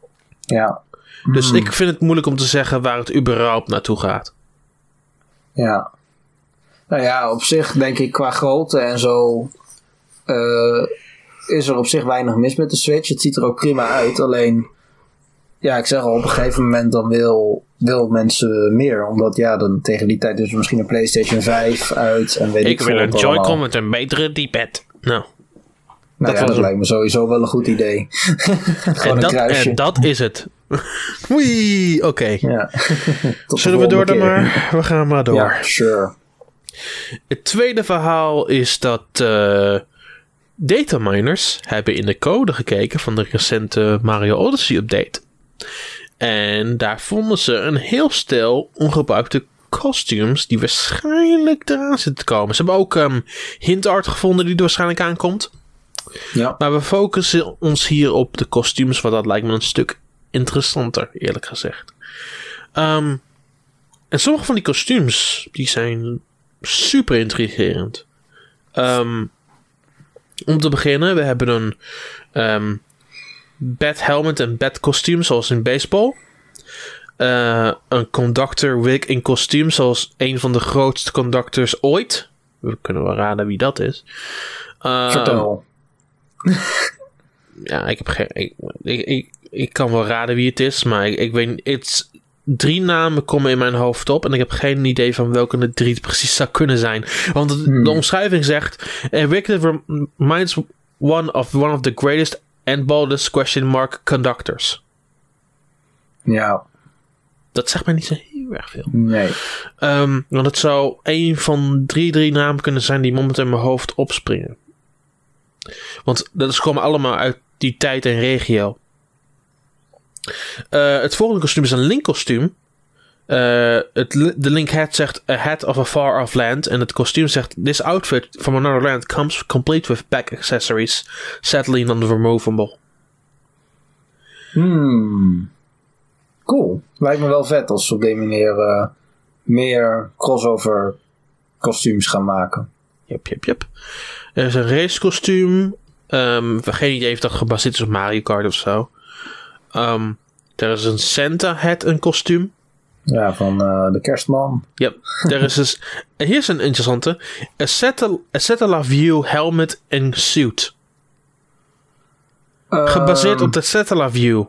Ja. Dus Hmm. ik vind het moeilijk om te zeggen waar het überhaupt naartoe gaat. Ja. Nou ja, op zich denk ik qua grootte en zo uh, is er op zich weinig mis met de Switch. Het ziet er ook prima uit. Alleen, ja, ik zeg al, op een gegeven moment dan wil, wil mensen meer. Omdat ja, dan tegen die tijd is er misschien een PlayStation vijf uit. En weet ik, Ik wil veel een wat Joy-Con allemaal. met een betere D-pad. Nou, Nou dat ja, was dat hem. lijkt me sowieso wel een goed idee. Gewoon en, een dat, kruisje. en dat is het. Oei, oké. Okay. Ja. Tot de Zullen we door dan volgende keer. maar? We gaan maar door. Ja, sure. Het tweede verhaal is dat uh, dataminers hebben in de code gekeken van de recente Mario Odyssey update. En daar vonden ze een heel stel ongebruikte costumes die waarschijnlijk eraan zitten te komen. Ze hebben ook um, hint art gevonden die er waarschijnlijk aankomt. Ja. Maar we focussen ons hier op de costumes, want dat lijkt me een stuk interessanter, eerlijk gezegd. Um, en sommige van die kostuums, die zijn super intrigerend. Um, om te beginnen, we hebben een um, bat helmet en bat kostuum, zoals in baseball. Uh, een conductor wig in kostuum, zoals een van de grootste conductors ooit. We kunnen wel raden wie dat is. Uh, Vertel. Ja, ik heb geen... Ik, ik, ik, ik kan wel raden wie het is, maar ik, ik weet niet... It's, drie namen komen in mijn hoofd op en ik heb geen idee van welke de drie het precies zou kunnen zijn. Want het, Hmm. de omschrijving zegt... A victim reminds one of one of the greatest and boldest question mark conductors. Ja. Dat zegt mij niet zo heel erg veel. Nee. Um, want het zou een van drie, drie namen kunnen zijn die momenteel in mijn hoofd opspringen. Want dat is komen allemaal uit die tijd en regio. Uh, het volgende kostuum is een Link kostuum. Uh, het, de Link hat zegt a hat of a far off land. En het kostuum zegt this outfit from another land comes complete with back accessories. Sadly non-removable. Hmm. Cool. Lijkt me wel vet als ze op die manier uh, meer crossover kostuums gaan maken. Yep, yep, yep. Er is een racekostuum. Um, ik heb geen idee of dat gebaseerd is op Mario Kart of zo. Um, er is een Santa hat, een kostuum. Ja, van uh, de kerstman. Yep. Er is dus... Hier is een interessante. A Settle, a Settle View helmet en suit. Uh, Gebaseerd op de Settle View.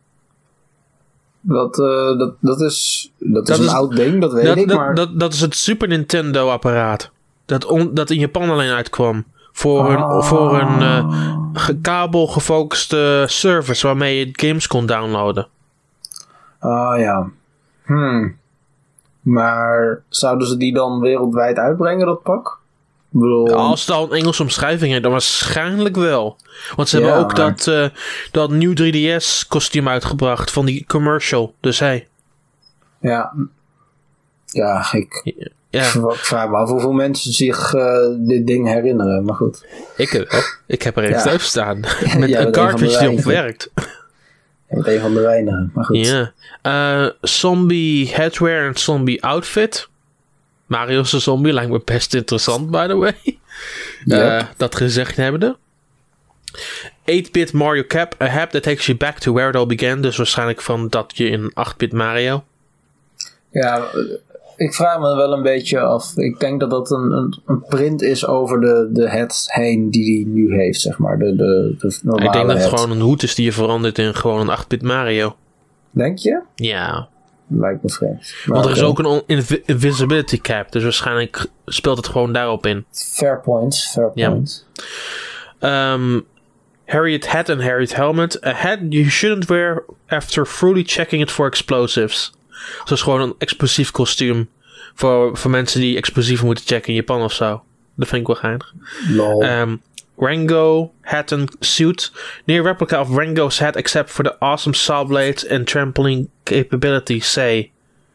Dat, uh, dat, dat is, dat Dat is een is- oud ding, dat weet Dat, ik. dat, maar... dat, dat is het Super Nintendo apparaat. Dat, on, dat in Japan alleen uitkwam. Voor een, Ah. voor een uh, ge- kabel gefocuste service waarmee je games kon downloaden. Ah ja. Hmm. Maar zouden ze die dan wereldwijd uitbrengen, dat pak? Ik bedoel... Als het al een Engelse omschrijving heeft, dan waarschijnlijk wel. Want ze Ja, hebben ook maar- dat, uh, dat nieuw drie D S kostuum uitgebracht van die commercial. Dus hey. Ja. Ja, ik, Ja, ik vraag me af hoeveel mensen zich uh, dit ding herinneren. Maar goed. ik wel. Ik heb er even Ja. thuis staan. Met jij een bent een van de cartridge die op weinigen. werkt. Je bent een van de weinigen. Maar goed. Ja. Uh, zombie headwear en zombie outfit. Mario's een zombie lijkt me best interessant, by the way. Yep. Uh, dat gezegd hebbende. eight-bit Mario cap. A hat that takes you back to where it all began. Dus waarschijnlijk van dat je in acht-bit Mario. Ja, uh, ik vraag me wel een beetje af. Ik denk dat dat een, een, een print is over de, de head heen die hij nu heeft, zeg maar. De, de, de normale Ik denk dat het head. gewoon een hoed is die je verandert in gewoon een acht-bit Mario. Denk je? Ja. Lijkt me vreemd. Maar Want er is oké. ook een on- invi- invisibility cap. Dus waarschijnlijk speelt het gewoon daarop in. Fair point, fair Ja. point. Um, Harriet hat en Harriet helmet. A hat you shouldn't wear after fully checking it for explosives. Dus dat is gewoon een explosief kostuum. Voor, voor mensen die explosieven moeten checken in Japan of zo. Dat vind ik wel geinig. Lol. Um, Rango hat and suit. Near replica of Rango's hat except for the awesome saw blades and trampling capability. Say.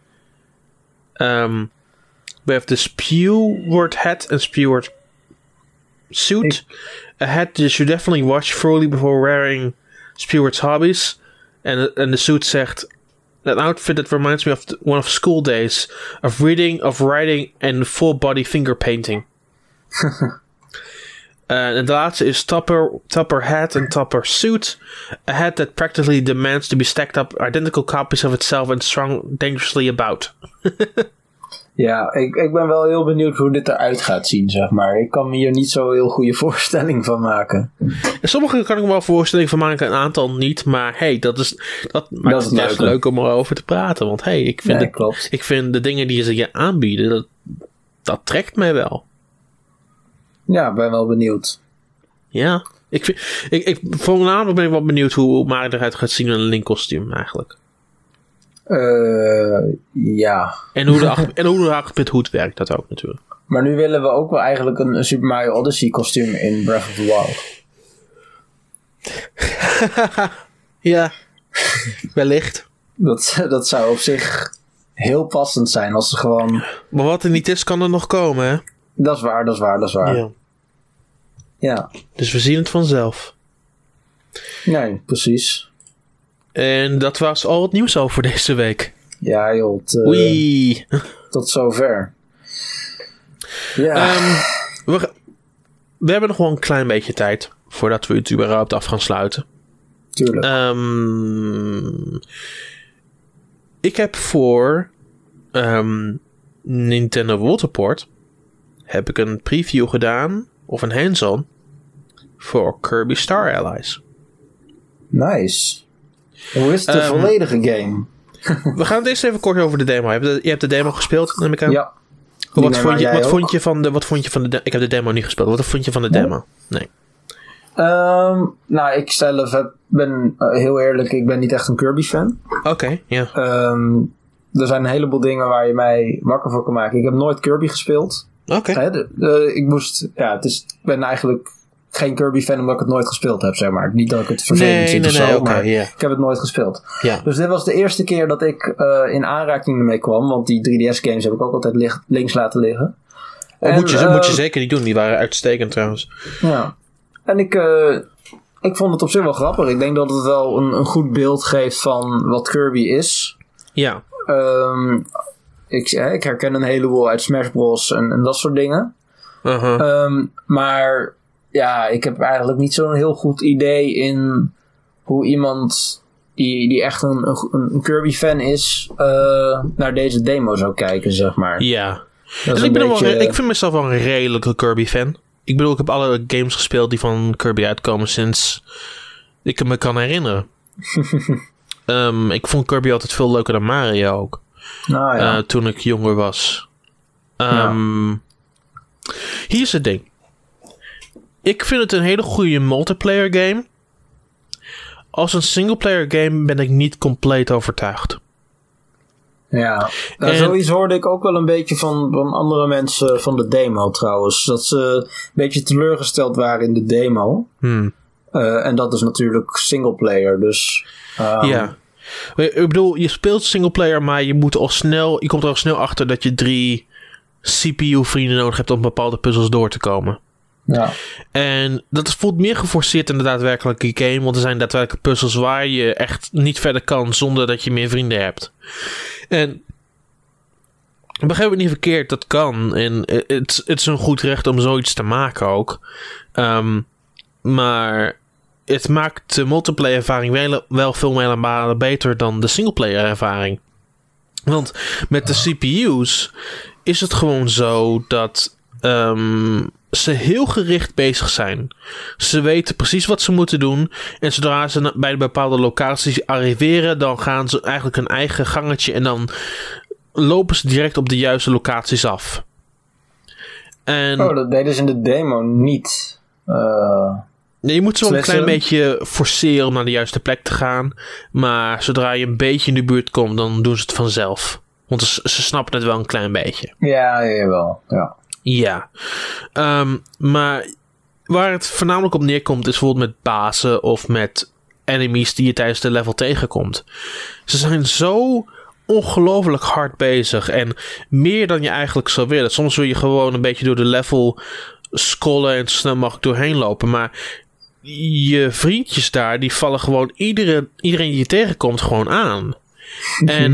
Um, we have the Speward hat and Speward suit. A hat you should definitely watch thoroughly before wearing Speward's hobbies. And, and the suit zegt... An outfit that reminds me of the, one of school days. Of reading, of writing and full body finger painting. Uh, de laatste is Topper, Topper Hat en Topper Suit. A hat that practically demands to be stacked up identical copies of itself and strung dangerously about. Ja, ik, ik ben wel heel benieuwd hoe dit eruit gaat zien, zeg maar. Ik kan me hier niet zo heel goede voorstelling van maken. Sommige kan ik me wel voorstelling van maken, een aantal niet. Maar hey, dat is dat maakt dat het is juist leuk, leuk om erover te praten. Want hey, ik vind, nee, de, klopt. ik vind de dingen die ze je aanbieden, dat, dat trekt mij wel. Ja, ik ben wel benieuwd. Ja, ik vind, ik, ik, voornamelijk ben ik wel benieuwd hoe Mario eruit gaat zien in een Link kostuum eigenlijk. Uh, ja. En hoe de acht, en hoe de acht-bit hoed werkt, dat ook natuurlijk. Maar nu willen we ook wel eigenlijk een, een Super Mario Odyssey kostuum in Breath of the Wild. Ja, wellicht. Dat, dat zou op zich heel passend zijn als ze gewoon... Maar wat er niet is, kan er nog komen, hè? Dat is waar, dat is waar, dat is waar. Ja. Ja. Dus we zien het vanzelf. Nee, precies. En dat was al het nieuws over deze week. Ja, joh. Het, uh, Oei. Tot zover. Ja. Um, we, we hebben nog wel een klein beetje tijd voordat we het überhaupt af gaan sluiten. Tuurlijk. Um, ik heb voor um, Nintendo Waterport heb ik een preview gedaan, of een hands-on, voor Kirby Star Allies. Nice. Hoe is de um, volledige game? We gaan het eerst even kort over de demo. Je hebt de, je hebt de demo gespeeld, neem ik aan? Ja. Wat vond, je, wat vond je van de... Wat vond je van de de- ik heb de demo niet gespeeld. Wat vond je van de demo? Nee. Um, nou, ik zelf heb, ben uh, heel eerlijk, ik ben niet echt een Kirby-fan. Oké, okay, ja. Yeah. Um, er zijn een heleboel dingen waar je mij wakker voor kan maken. Ik heb nooit Kirby gespeeld. Oké. Okay. Ik moest... Ja, het is, ik ben eigenlijk... geen Kirby-fan omdat ik het nooit gespeeld heb, zeg maar. Niet dat ik het vervelend nee, vind nee, of zo, nee, okay, maar yeah. ik heb het nooit gespeeld. Yeah. Dus dit was de eerste keer dat ik uh, in aanraking ermee kwam, want die drie D S-games heb ik ook altijd lig- links laten liggen. Oh, en, moet, je, uh, moet je zeker niet doen, die waren uitstekend trouwens. Ja. En ik, uh, ik vond het op zich wel grappig. Ik denk dat het wel een, een goed beeld geeft van wat Kirby is. Ja. Um, ik, ik herken een heleboel uit Smash Bros. en, en dat soort dingen. Uh-huh. Um, maar... Ja, ik heb eigenlijk niet zo'n heel goed idee in hoe iemand die, die echt een, een, een Kirby-fan is, uh, naar deze demo zou kijken, zeg maar. Ja. Dus ik, ben beetje... wel, ik vind mezelf wel een redelijke Kirby-fan. Ik bedoel, ik heb alle games gespeeld die van Kirby uitkomen sinds ik me kan herinneren. um, ik vond Kirby altijd veel leuker dan Mario ook. Nou, ja. uh, toen ik jonger was. Um, ja. Hier is het ding. Ik vind het een hele goede multiplayer game. Als een singleplayer game ben ik niet compleet overtuigd. Ja, nou, en... zoiets hoorde ik ook wel een beetje van, van andere mensen van de demo trouwens. Dat ze een beetje teleurgesteld waren in de demo. Hmm. Uh, en dat is natuurlijk singleplayer, dus... Um... Ja, ik bedoel, je speelt singleplayer, maar je moet al snel... Je komt er al snel achter dat je drie C P U-vrienden nodig hebt om bepaalde puzzels door te komen. Ja. En dat voelt meer geforceerd in de daadwerkelijke game, want er zijn daadwerkelijke puzzels waar je echt niet verder kan zonder dat je meer vrienden hebt. En begrijp het niet verkeerd, dat kan. En het is een goed recht om zoiets te maken ook. Um, maar het maakt de multiplayer ervaring wel, wel veel meer beter dan de singleplayer ervaring. Want met de C P U's is het gewoon zo dat um, ze heel gericht bezig zijn. Ze weten precies wat ze moeten doen. En zodra ze bij bepaalde locaties arriveren, dan gaan ze eigenlijk een eigen gangetje en dan lopen ze direct op de juiste locaties af. En oh, dat deden ze in de demo niet. Uh, nee, je moet zo een klein beetje forceren om naar de juiste plek te gaan. Maar zodra je een beetje in de buurt komt, dan doen ze het vanzelf. Want ze, ze snappen het wel een klein beetje. Ja, jawel. Ja. Ja. Um, maar waar het voornamelijk op neerkomt is bijvoorbeeld met bazen of met enemies die je tijdens de level tegenkomt. Ze zijn zo ongelooflijk hard bezig en meer dan je eigenlijk zou willen. Soms wil je gewoon een beetje door de level scrollen en zo snel mogelijk doorheen lopen, maar je vriendjes daar, die vallen gewoon iedere, iedereen die je tegenkomt gewoon aan. Mm-hmm. En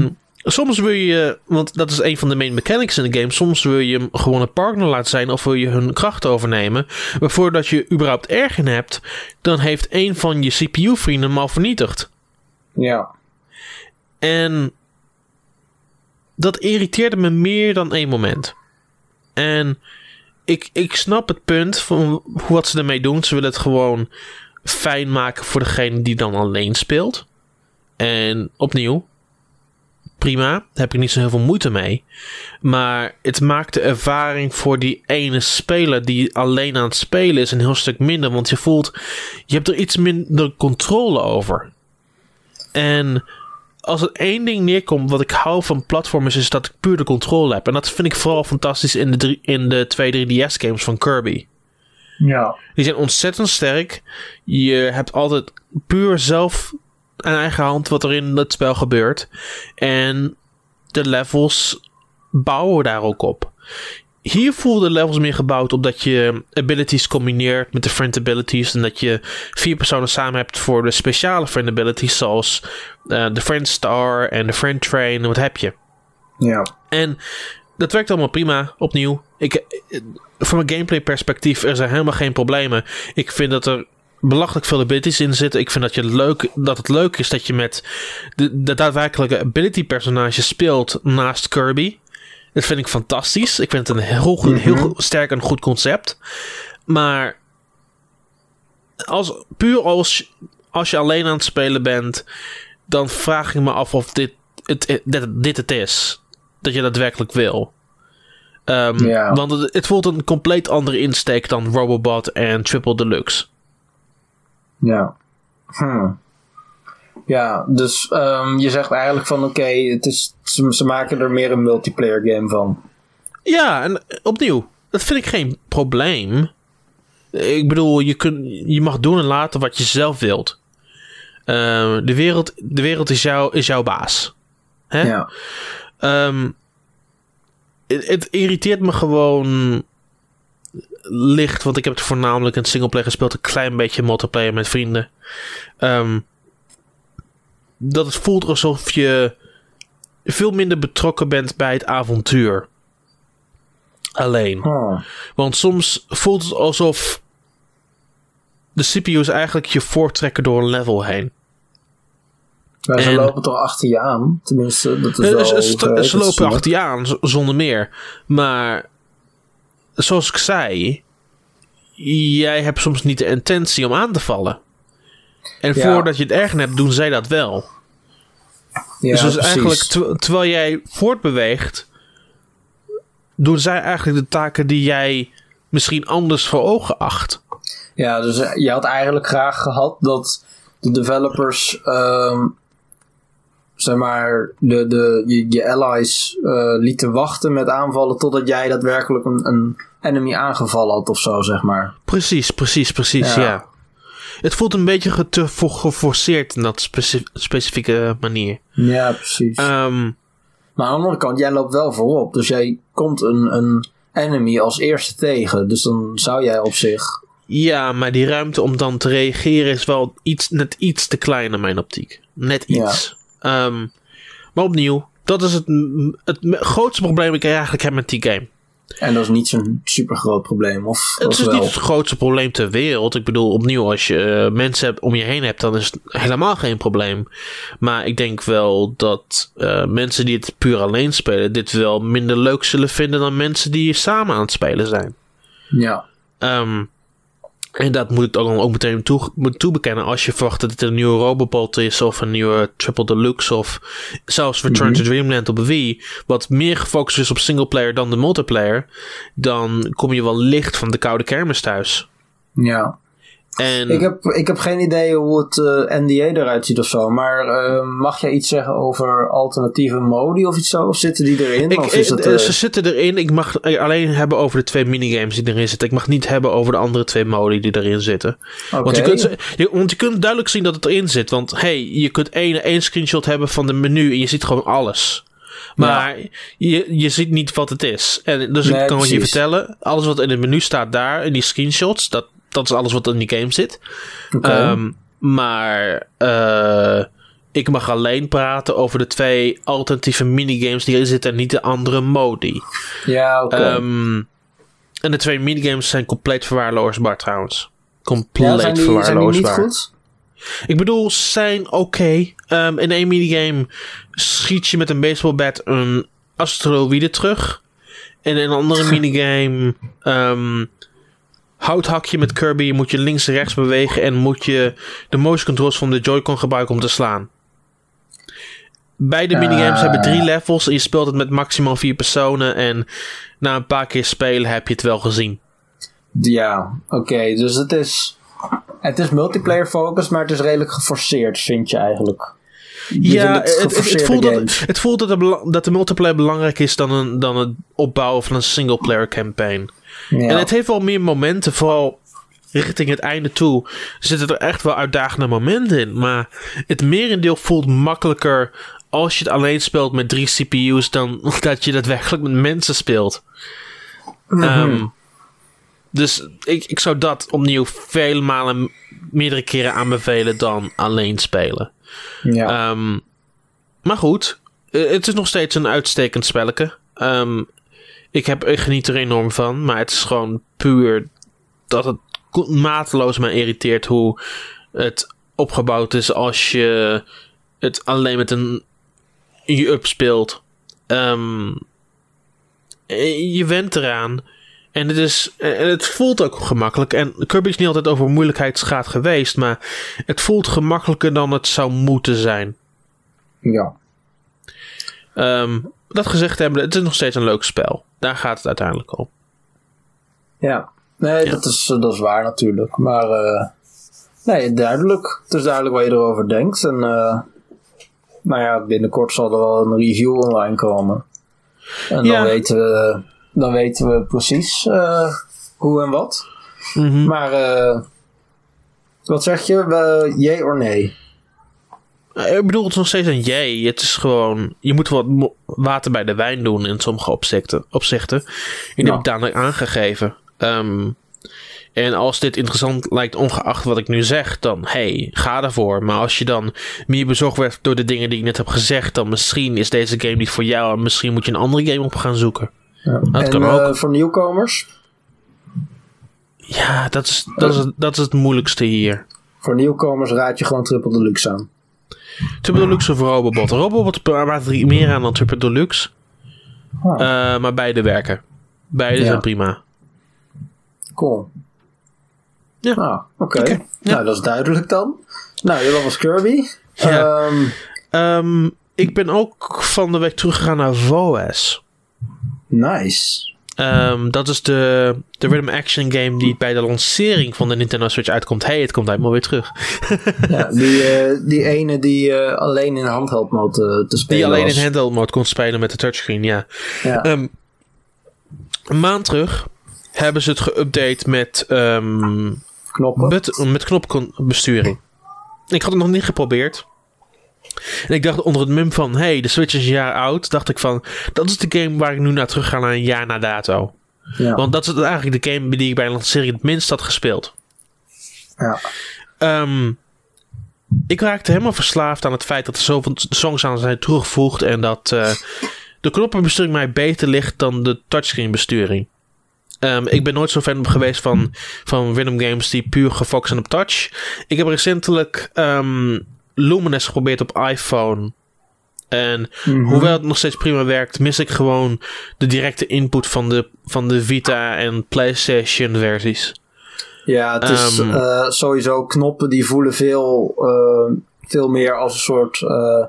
soms wil je, want dat is een van de main mechanics in de game, soms wil je gewoon een partner laten zijn of wil je hun krachten overnemen. Maar voordat je überhaupt erg in hebt, dan heeft een van je C P U-vrienden hem al vernietigd. Ja. En dat irriteerde me meer dan één moment. En ik, ik snap het punt van wat ze ermee doen. Ze willen het gewoon fijn maken voor degene die dan alleen speelt. En opnieuw, prima, daar heb ik niet zo heel veel moeite mee. Maar het maakt de ervaring voor die ene speler die alleen aan het spelen is een heel stuk minder. Want je voelt, je hebt er iets minder controle over. En als er één ding neerkomt wat ik hou van platformers is dat ik puur de controle heb. En dat vind ik vooral fantastisch in de, drie, in de twee drie D S games van Kirby. Ja. Die zijn ontzettend sterk. Je hebt altijd puur zelf aan eigen hand wat er in het spel gebeurt. En de levels bouwen daar ook op. Hier voelen de levels meer gebouwd op dat je abilities combineert met de friend abilities. En dat je vier personen samen hebt voor de speciale friend abilities. Zoals uh, de friend star en de friend train en wat heb je. Ja. En dat werkt allemaal prima. Opnieuw. Ik, van een gameplay perspectief er zijn helemaal geen problemen. Ik vind dat er belachelijk veel abilities in zitten. Ik vind dat, je leuk, dat het leuk is dat je met de, de daadwerkelijke ability personage speelt naast Kirby. Dat vind ik fantastisch. Ik vind het een heel, goed, heel goed, sterk en goed concept. Maar als, puur als, als je alleen aan het spelen bent, dan vraag ik me af of dit het, dit, dit het is. Dat je dat werkelijk wil. Um, ja. Want het, het voelt een compleet andere insteek dan Robobot en Triple Deluxe. Ja. Hmm. Ja, dus um, je zegt eigenlijk van oké, okay, het is ze, ze maken er meer een multiplayer game van. Ja, en opnieuw, dat vind ik geen probleem. Ik bedoel, je, kun, je mag doen en laten wat je zelf wilt. Uh, de wereld, de wereld is, jou, is jouw baas. Hè? Ja. Um, het, het irriteert me gewoon licht, want ik heb het voornamelijk in singleplayer gespeeld, een klein beetje multiplayer met vrienden. Um, dat het voelt alsof je veel minder betrokken bent bij het avontuur. Alleen. Oh. Want soms voelt het alsof de C P U's eigenlijk je voorttrekken door een level heen. Maar ze en, lopen toch achter je aan? Tenminste, dat is wel... Ze, ze, ze lopen achter je aan, z- zonder meer. Maar zoals ik zei, jij hebt soms niet de intentie om aan te vallen. En ja. Voordat je het erg hebt, doen zij dat wel. Ja, dus, dus precies. eigenlijk, ter, terwijl jij voortbeweegt, doen zij eigenlijk de taken die jij misschien anders voor ogen acht. Ja, dus je had eigenlijk graag gehad dat de developers, um, zeg maar, de, de, je, je allies uh, lieten wachten met aanvallen totdat jij daadwerkelijk een, een enemy aangevallen had of zo, zeg maar. Precies, precies, precies, ja. ja. Het voelt een beetje te geforceerd in dat specif- specifieke manier. Ja, precies. Um, maar aan de andere kant, jij loopt wel voorop. Dus jij komt een, een enemy als eerste tegen. Dus dan zou jij op zich... Ja, maar die ruimte om dan te reageren is wel iets, net iets te klein in mijn optiek. Net iets. Ja. Um, maar opnieuw, dat is het, het grootste probleem dat ik eigenlijk heb met die game. En dat is niet zo'n super groot probleem, of? Het is wel? niet het grootste probleem ter wereld. Ik bedoel, opnieuw, als je uh, mensen hebt om je heen hebt, dan is het helemaal geen probleem. Maar ik denk wel dat uh, mensen die het puur alleen spelen, dit wel minder leuk zullen vinden dan mensen die samen aan het spelen zijn. Ja. Um, en dat moet ik dan ook meteen toe, toe bekennen. Als je verwacht dat het een nieuwe Robobot is, of een nieuwe Triple Deluxe, of zelfs Return mm-hmm. to Dreamland op de Wii, wat meer gefocust is op singleplayer dan de multiplayer, dan kom je wel licht van de koude kermis thuis. Ja. En ik, heb, ik heb geen idee hoe het uh, N D A eruit ziet of zo, maar uh, mag jij iets zeggen over alternatieve modi of iets zo? Of zitten die erin? Ik, of is ik, het, uh... Ze zitten erin. Ik mag alleen hebben over de twee minigames die erin zitten. Ik mag niet hebben over de andere twee modi die erin zitten. Okay. Want, je kunt, je, want je kunt duidelijk zien dat het erin zit. Want hey, je kunt één, één screenshot hebben van de menu en je ziet gewoon alles. Maar ja. je, je ziet niet wat het is. En dus nee, ik kan precies. je vertellen, alles wat in het menu staat daar, in die screenshots, dat Dat is alles wat in die game zit. Okay. Um, maar uh, ik mag alleen praten over de twee alternatieve minigames die er zitten en niet de andere modi. Ja, oké. Okay. Um, en de twee minigames zijn compleet verwaarloosbaar trouwens. Compleet ja, zijn die, verwaarloosbaar. Zijn die niet goed? Ik bedoel, ze zijn oké. Okay. Um, in één minigame schiet je met een baseballbat een asteroïde terug. En in een andere minigame um, houthak je met Kirby. Moet je links en rechts bewegen. En moet je de motion controls van de Joy-Con gebruiken om te slaan. Beide minigames uh, hebben drie levels. En je speelt het met maximaal vier personen. En na een paar keer spelen heb je het wel gezien. Ja, oké. Okay. Dus het is... Het is multiplayer focus, maar het is redelijk geforceerd, vind je eigenlijk? Je ja, het, het, het, voelt dat, het voelt dat de, dat de multiplayer belangrijk is dan, een, dan het opbouwen van een singleplayer campaign. Ja. En het heeft wel meer momenten, vooral richting het einde toe zitten er echt wel uitdagende momenten in. Maar het merendeel voelt makkelijker als je het alleen speelt met drie C P U's dan dat je daadwerkelijk met mensen speelt. Mm-hmm. Um, Dus ik, ik zou dat opnieuw vele malen meerdere keren aanbevelen dan alleen spelen. Ja. Um, maar goed, het is nog steeds een uitstekend spelletje. Um, ik, heb, ik geniet er enorm van, maar het is gewoon puur dat het mateloos me irriteert hoe het opgebouwd is als je het alleen met een e-up speelt. Um, je went eraan. En het, is, en het voelt ook gemakkelijk. En Kirby is niet altijd over moeilijkheidsgraad geweest. Maar het voelt gemakkelijker dan het zou moeten zijn. Ja. Um, dat gezegd hebben, het is nog steeds een leuk spel. Daar gaat het uiteindelijk om. Ja. Nee, ja. Dat, is, dat is waar natuurlijk. Maar uh, nee, duidelijk. Het is duidelijk wat je erover denkt. En uh, nou ja, binnenkort zal er wel een review online komen. En ja. dan weten we... Dan weten we precies uh, hoe en wat. Mm-hmm. Maar uh, wat zeg je? Uh, jee of nee? Ik bedoel, het is nog steeds een jee. Het is gewoon... Je moet wat mo- water bij de wijn doen in sommige opzichten. opzichten. En die ja. heb ik dadelijk aangegeven. Um, en als dit interessant lijkt, ongeacht wat ik nu zeg, dan hey, ga ervoor. Maar als je dan meer bezorgd werd door de dingen die ik net heb gezegd, dan misschien is deze game niet voor jou en misschien moet je een andere game op gaan zoeken. Ja. En uh, voor nieuwkomers? Ja, dat is, dat, is, dat is het moeilijkste hier. Voor nieuwkomers raad je gewoon Triple Deluxe aan. Triple Deluxe of Robobot. Robobot praat er meer aan dan Triple Deluxe. Oh. Uh, maar beide werken. Beide ja. zijn prima. Cool. Ja. Ah, oké. Okay. Okay. Ja. Nou, dat is duidelijk dan. Nou, dat was Kirby. Ja. Um, um, ik ben ook van de week teruggegaan naar V O S. Nice. Um, dat is de, de rhythm action game die bij de lancering van de Nintendo Switch uitkomt. Hey, het komt uit maar weer terug. Ja, die, uh, die ene die uh, alleen in handheld mode uh, te spelen Die alleen was. in handheld mode kon spelen met de touchscreen, ja. ja. Um, een maand terug hebben ze het geüpdate met um, knoppen. But, met knoppenbesturing. Ik had het nog niet geprobeerd. En ik dacht onder het mum van, hey, de Switch is een jaar oud. Dacht ik van, dat is de game waar ik nu naar terug ga naar een jaar na dato. Ja. Want dat is eigenlijk de game die ik bij de lancering het minst had gespeeld. Ja. Um, ik raakte helemaal verslaafd aan het feit dat er zoveel songs aan zijn toegevoegd. En dat uh, de knoppenbesturing mij beter ligt dan de touchscreen besturing. Um, ik ben nooit zo fan geweest van, van rhythm games die puur gefocust zijn op touch. Ik heb recentelijk um, Lumines geprobeerd op iPhone. En mm-hmm. hoewel het nog steeds prima werkt, mis ik gewoon de directe input van de, van de Vita en PlayStation versies. Ja, het is um, uh, sowieso knoppen die voelen veel, uh, veel meer als een soort uh,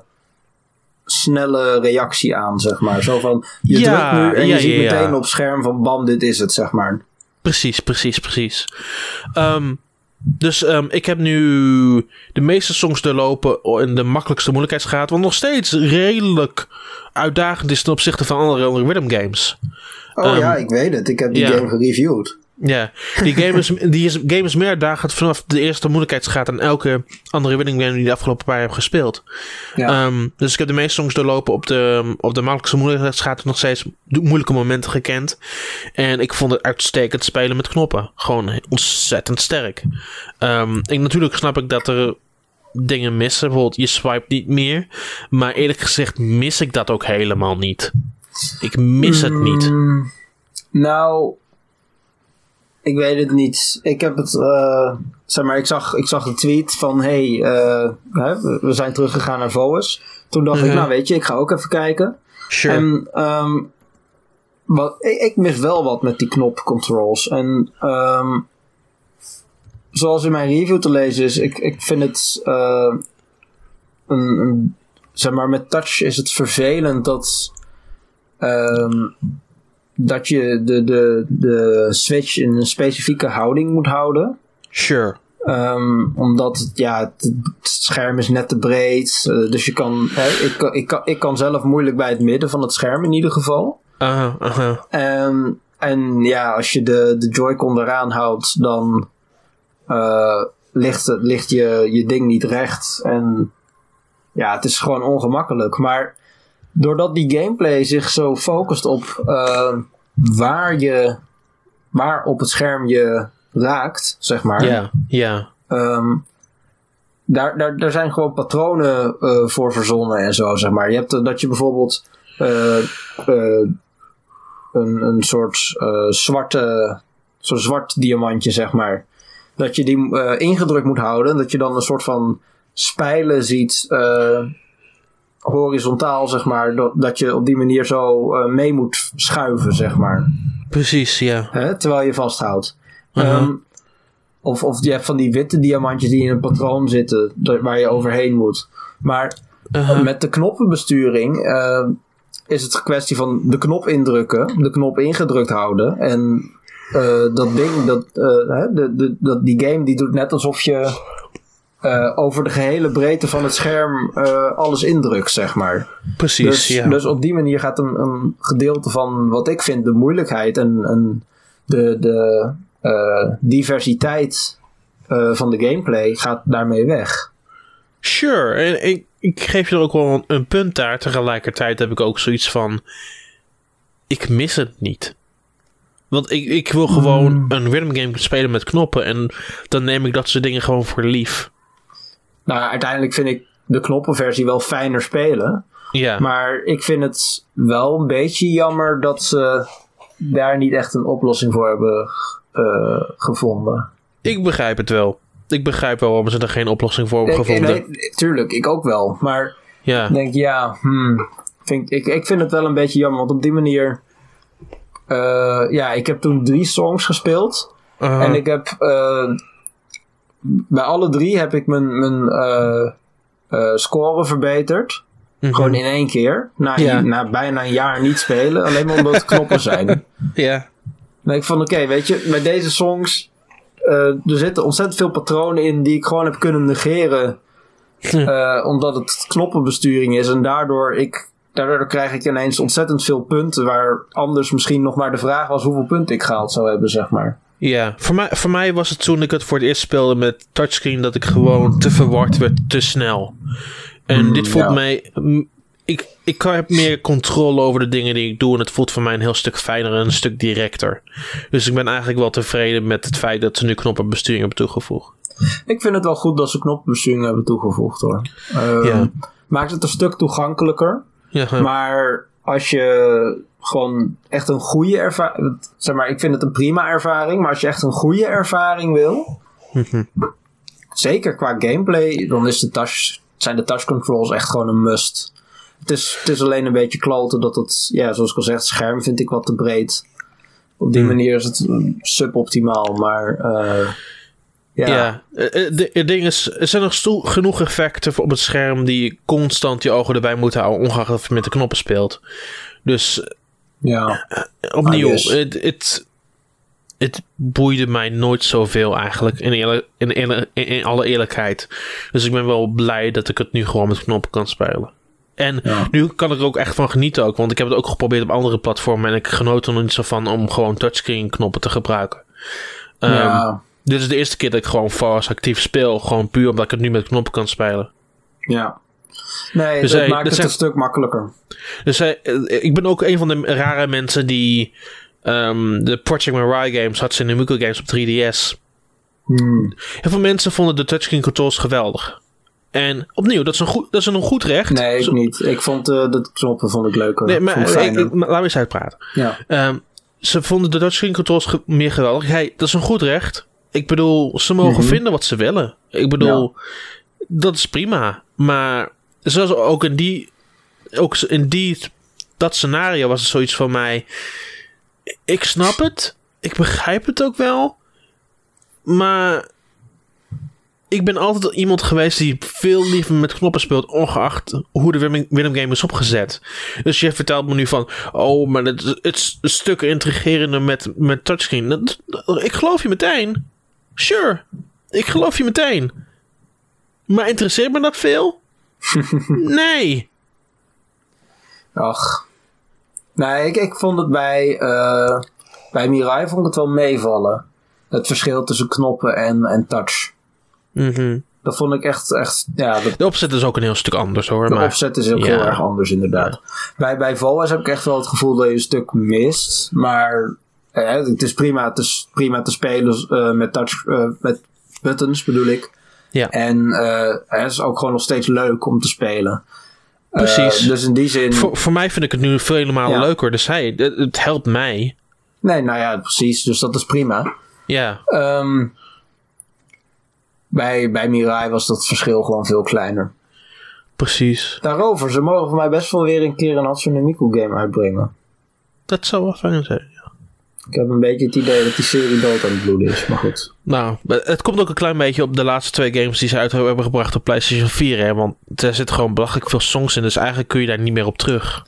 snelle reactie aan, zeg maar. Zo van, je ja, drukt nu en ja, je ziet ja, meteen ja. op scherm van bam, dit is het, zeg maar. Precies, precies, precies. Um, dus um, ik heb nu de meeste songs doorlopen in de makkelijkste moeilijkheidsgraad, wat nog steeds redelijk uitdagend is ten opzichte van andere, andere rhythm games. Oh um, ja, ik weet het. Ik heb die ja. game gereviewd. Ja, die game is, die is, game is meer uitdagend vanaf de eerste moeilijkheidsgraad dan elke andere winning game die de afgelopen paar jaar heb gespeeld. Ja. Um, dus ik heb de meeste songs doorlopen op de, op de makkelijkste moeilijkheidsgraad, nog steeds moeilijke momenten gekend. En ik vond het uitstekend spelen met knoppen. Gewoon ontzettend sterk. Um, ik, natuurlijk snap ik dat er dingen missen. Bijvoorbeeld, je swipe niet meer. Maar eerlijk gezegd mis ik dat ook helemaal niet. Ik mis het niet. Mm, nou, ik weet het niet. Ik heb het, uh, zeg maar, ik zag, ik zag een tweet van, hey, uh, hè, we zijn teruggegaan naar V O S. Toen dacht uh-huh. ik, nou weet je, ik ga ook even kijken. Sure. En um, wat, ik, ik mis wel wat met die knopcontrols. En um, zoals in mijn review te lezen is, ik, ik vind het, uh, een, een, zeg maar, met touch is het vervelend dat, um, dat je de, de, de Switch in een specifieke houding moet houden. Sure. Um, omdat het, ja, het, het scherm is net te breed. Uh, dus je kan, hè, ik, ik, kan, ik kan zelf moeilijk bij het midden van het scherm in ieder geval. Uh-huh, uh-huh. Um, en ja, als je de, de Joy-Con eraan houdt, dan uh, ligt, ligt je, je ding niet recht. En ja, het is gewoon ongemakkelijk. Maar doordat die gameplay zich zo focust op uh, waar je, waar op het scherm je raakt, zeg maar. Ja, ja. Um, daar, daar, daar zijn gewoon patronen uh, voor verzonnen en zo, zeg maar. Je hebt uh, dat je bijvoorbeeld uh, uh, een, een soort uh, zwarte, zo'n zwart diamantje, zeg maar. Dat je die uh, ingedrukt moet houden. Dat je dan een soort van spijlen ziet, uh, horizontaal, zeg maar. Dat, dat je op die manier zo uh, mee moet schuiven, zeg maar. Precies, ja. Hè, terwijl je vasthoudt. Uh-huh. Um, of, of je hebt van die witte diamantjes die in een patroon zitten, waar je overheen moet. Maar uh-huh. met de knoppenbesturing uh, is het een kwestie van de knop indrukken, de knop ingedrukt houden. En uh, dat ding, dat, uh, de, de, dat, die game die doet net alsof je uh, over de gehele breedte van het scherm uh, alles indrukt, zeg maar. Precies, dus, ja. Dus op die manier gaat een, een gedeelte van wat ik vind de moeilijkheid en, en de... de Uh, diversiteit uh, van de gameplay gaat daarmee weg. Sure, en ik, ik geef je er ook wel een, een punt daar. Tegelijkertijd heb ik ook zoiets van, ik mis het niet. Want ik, ik wil gewoon mm. een rhythm game spelen met knoppen en dan neem ik dat soort dingen gewoon voor lief. Nou, uiteindelijk vind ik de knoppenversie wel fijner spelen. Ja. Maar ik vind het wel een beetje jammer dat ze daar niet echt een oplossing voor hebben Uh, gevonden. Ik begrijp het wel. Ik begrijp wel waarom ze er geen oplossing voor hebben gevonden. Nee, nee, tuurlijk, ik ook wel. Maar ja. ik denk, ja, hmm, vind, ik, ik vind het wel een beetje jammer. Want op die manier... Uh, ja, ik heb toen drie songs gespeeld. Uh-huh. En ik heb... Uh, bij alle drie heb ik mijn, mijn uh, uh, score verbeterd. Mm-hmm. Gewoon in één keer. Na, ja. na bijna een jaar niet spelen. Alleen maar omdat het knoppen zijn. Ja. En ik vond, oké, okay, weet je, bij deze songs, uh, er zitten ontzettend veel patronen in die ik gewoon heb kunnen negeren. Uh, omdat het knoppenbesturing is. En daardoor, ik, daardoor krijg ik ineens ontzettend veel punten. Waar anders misschien nog maar de vraag was hoeveel punten ik gehaald zou hebben, zeg maar. Ja, voor mij, voor mij was het toen ik het voor het eerst speelde met touchscreen dat ik gewoon te verward werd, te snel. En mm, dit voelt ja. mij... Ik, ik heb meer controle over de dingen die ik doe en het voelt voor mij een heel stuk fijner en een stuk directer. Dus ik ben eigenlijk wel tevreden met het feit dat ze nu knoppenbesturing hebben toegevoegd. Ik vind het wel goed dat ze knoppenbesturing hebben toegevoegd, hoor. Uh, ja. Maakt het een stuk toegankelijker. Ja, ja. Maar als je gewoon echt een goede ervaring... Zeg maar, ik vind het een prima ervaring, maar als je echt een goede ervaring wil... Mm-hmm. Zeker qua gameplay, dan is de touch, zijn de touch controls echt gewoon een must. Het is, het is alleen een beetje kloten dat het, ja, zoals ik al zeg, het scherm vind ik wat te breed. Op die hmm. manier is het suboptimaal, maar uh, ja. ja. Het ding is, er zijn nog sto- genoeg effecten op het scherm die constant je ogen erbij moeten houden, ongeacht of je met de knoppen speelt. Dus ja. Uh, opnieuw, het it, it boeide mij nooit zoveel eigenlijk, in, eerlijk, in, in, in alle eerlijkheid. Dus ik ben wel blij dat ik het nu gewoon met knoppen kan spelen. En ja. nu kan ik er ook echt van genieten ook. Want ik heb het ook geprobeerd op andere platformen. En ik genoot er nog niet zo van om gewoon touchscreen knoppen te gebruiken. Um, ja. Dit is de eerste keer dat ik gewoon fast actief speel. Gewoon puur omdat ik het nu met knoppen kan spelen. Ja. Nee, dus dat hij, maakt dus het hij, een stuk makkelijker. Dus hij, ik ben ook een van de rare mensen die um, de Project Mirai games had ze in de Muko games op drie D S. Hmm. Heel veel mensen vonden de touchscreen controls geweldig. En opnieuw, dat is een goed, dat is een goed recht. Nee, ik Zo, niet. Ik vond uh, de knoppen vond ik leuker. nee, maar ik, ik, ik, laat me eens uitpraten. Ja. Um, ze vonden de touchscreen controls ge- meer geweldig. Hey, dat is een goed recht. Ik bedoel, ze mogen mm-hmm. vinden wat ze willen. Ik bedoel, ja. dat is prima. Maar zoals ook in die, ook in die, dat scenario was het zoiets van mij. Ik snap het. Ik begrijp het ook wel. Maar ik ben altijd iemand geweest die veel liever met knoppen speelt, ongeacht hoe de Willem, Willem game is opgezet. Dus je vertelt me nu van, oh, maar het, het is een stuk intrigerender met, met touchscreen. Dat, ik geloof je meteen. Sure, ik geloof je meteen. Maar interesseert me dat veel? Nee. Ach. Nee, ik, ik vond het bij, uh, bij Mirai vond ik het wel meevallen. Het verschil tussen knoppen en, en touch. Mm-hmm. Dat vond ik echt... echt ja, dat, de opzet is ook een heel stuk anders hoor. De maar, opzet is ook ja. heel erg anders inderdaad. Ja. Bij, bij V O S heb ik echt wel het gevoel dat je een stuk mist. Maar eh, het is prima te, prima te spelen uh, met, touch, uh, met buttons bedoel ik. Ja. En uh, het is ook gewoon nog steeds leuk om te spelen. Precies. Uh, dus in die zin... Voor, voor mij vind ik het nu vele malen ja. leuker. Dus hey, het, het helpt mij. Nee, nou ja, precies. Dus dat is prima. Ja. Um, bij, bij Mirai was dat verschil gewoon veel kleiner. Precies. Daarover, ze mogen voor mij best wel weer een keer een Hatsune Miku game uitbrengen. Dat zou wel fijn zijn, ja. Ik heb een beetje het idee dat die serie dood aan het bloeden is, maar goed. Nou, het komt ook een klein beetje op de laatste twee games die ze uit hebben gebracht op PlayStation vier, hè. Want er zitten gewoon belachelijk veel songs in, dus eigenlijk kun je daar niet meer op terug.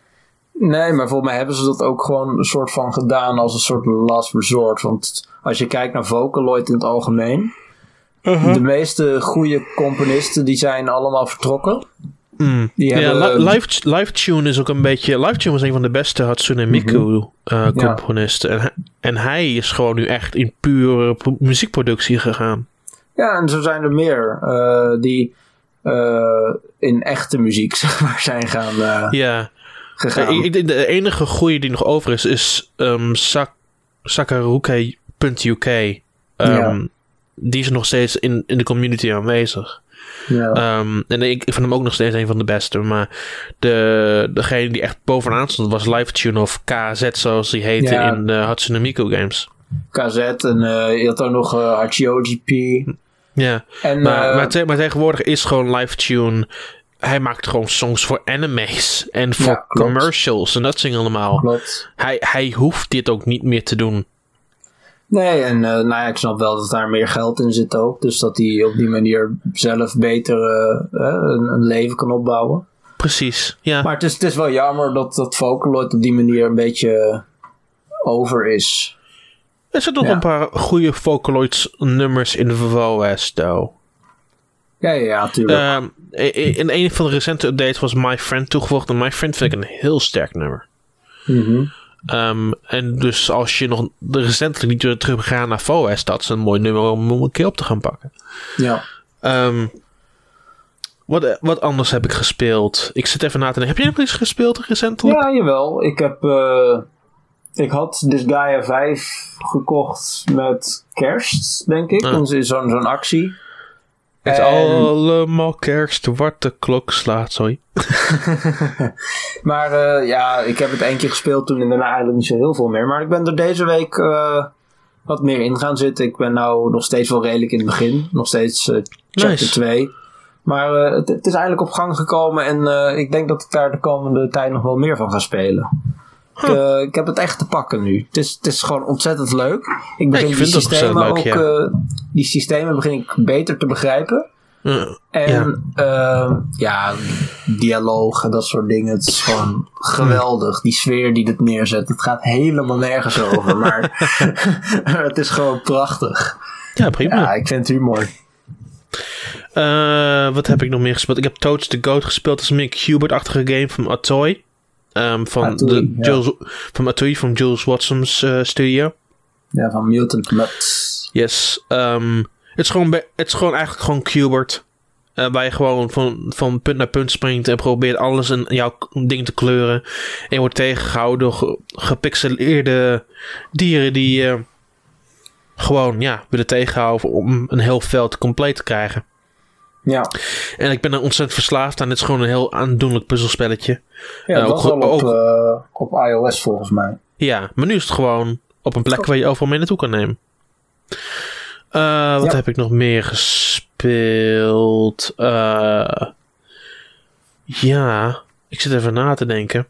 Nee, maar volgens mij hebben ze dat ook gewoon een soort van gedaan als een soort last resort. Want als je kijkt naar Vocaloid in het algemeen, uh-huh. de meeste goede componisten die zijn allemaal vertrokken. Mm. Die ja, hebben, li- live, live Tune is ook een beetje... Live Tune was een van de beste Hatsune Miku mm-hmm. uh, componisten. Ja. En, en hij is gewoon nu echt in pure pro- muziekproductie gegaan. Ja, en zo zijn er meer uh, die uh, in echte muziek zeg maar, zijn gaan... Uh, ja. Gegaan. Ik, ik, de enige goeie die nog over is, is um, Sak- Sakaruke punt U K. Um, ja. Die is nog steeds in, in de community aanwezig. Ja. Um, en ik, ik vind hem ook nog steeds een van de beste. Maar de, degene die echt bovenaan stond was Live Tune of K Z, zoals die heette ja. in de Hatsune Miku games. K Z en uh, je had ook nog uh, Hachioji P. Ja, en, maar, uh, maar, te, maar tegenwoordig is gewoon Live Tune... Hij maakt gewoon songs voor anime's en voor ja, commercials en dat zingen allemaal. Klopt. Hij, hij hoeft dit ook niet meer te doen. Nee, en uh, nou ja, ik snap wel dat daar meer geld in zit ook. Dus dat hij op die manier zelf beter uh, uh, een, een leven kan opbouwen. Precies, ja. Maar het is, het is wel jammer dat, dat Vocaloid op die manier een beetje over is. Er zitten nog ja. een paar goede Vocaloids nummers in de V O S, though. Ja, ja, ja, tuurlijk. Um, in een van de recente updates was My Friend toegevoegd. En My Friend vind ik een heel sterk nummer. Mm-hmm. Um, en dus als je nog recentelijk niet weer terug gaat naar V O S, dat is een mooi nummer om een keer op te gaan pakken. Ja. Um, wat, wat anders heb ik gespeeld? Ik zit even na te denken. Heb jij nog iets gespeeld recentelijk? Ja, jawel. Ik heb... Uh, ik had Disgaea vijf gekocht met kerst, denk ik. Ah. Zo'n, zo'n actie. Het is en... allemaal kerst, wat de klok slaat, sorry. Maar uh, ja, ik heb het één keer gespeeld toen en daarna eigenlijk niet zo heel veel meer. Maar ik ben er deze week uh, wat meer in gaan zitten. Ik ben nou nog steeds wel redelijk in het begin. Nog steeds uh, chapter nice. twee. Maar uh, het, het is eigenlijk op gang gekomen en uh, ik denk dat ik daar de komende tijd nog wel meer van ga spelen. Huh. Ik, uh, ik heb het echt te pakken nu. Het is, het is gewoon ontzettend leuk. Ik begin ja, ik die systemen leuk, ook, ja. uh, die systemen begin ik beter te begrijpen. Uh, en ja. Uh, ja, dialoog en dat soort dingen. Het is gewoon geweldig. Die sfeer die het neerzet. Het gaat helemaal nergens over. Maar het is gewoon prachtig. Ja, prima. Ja, ik vind het humor. Uh, wat heb ik nog meer gespeeld? Ik heb Toads the Goat gespeeld. Dat is een meer Qbert-achtige game van Atoy. Um, van, Atoy, de ja. Jules, van Atoy, van Jules Watson's uh, studio. Ja, van Mutant Mutts. Yes. Um, het, is gewoon be- het is gewoon eigenlijk gewoon Qbert. Uh, waar je gewoon van, van punt naar punt springt en probeert alles in jouw ding te kleuren. En je wordt tegengehouden door ge- gepixeleerde dieren die uh, gewoon ja, willen tegenhouden om een heel veld compleet te krijgen. Ja. En ik ben er ontzettend verslaafd aan. Het is gewoon een heel aandoenlijk puzzelspelletje. Ja, dat uh, was ook, al op, ook, uh, op iOS volgens mij. Ja, maar nu is het gewoon op een plek waar je overal mee naartoe kan nemen. Uh, wat ja. heb ik nog meer gespeeld? Uh, ja, ik zit even na te denken.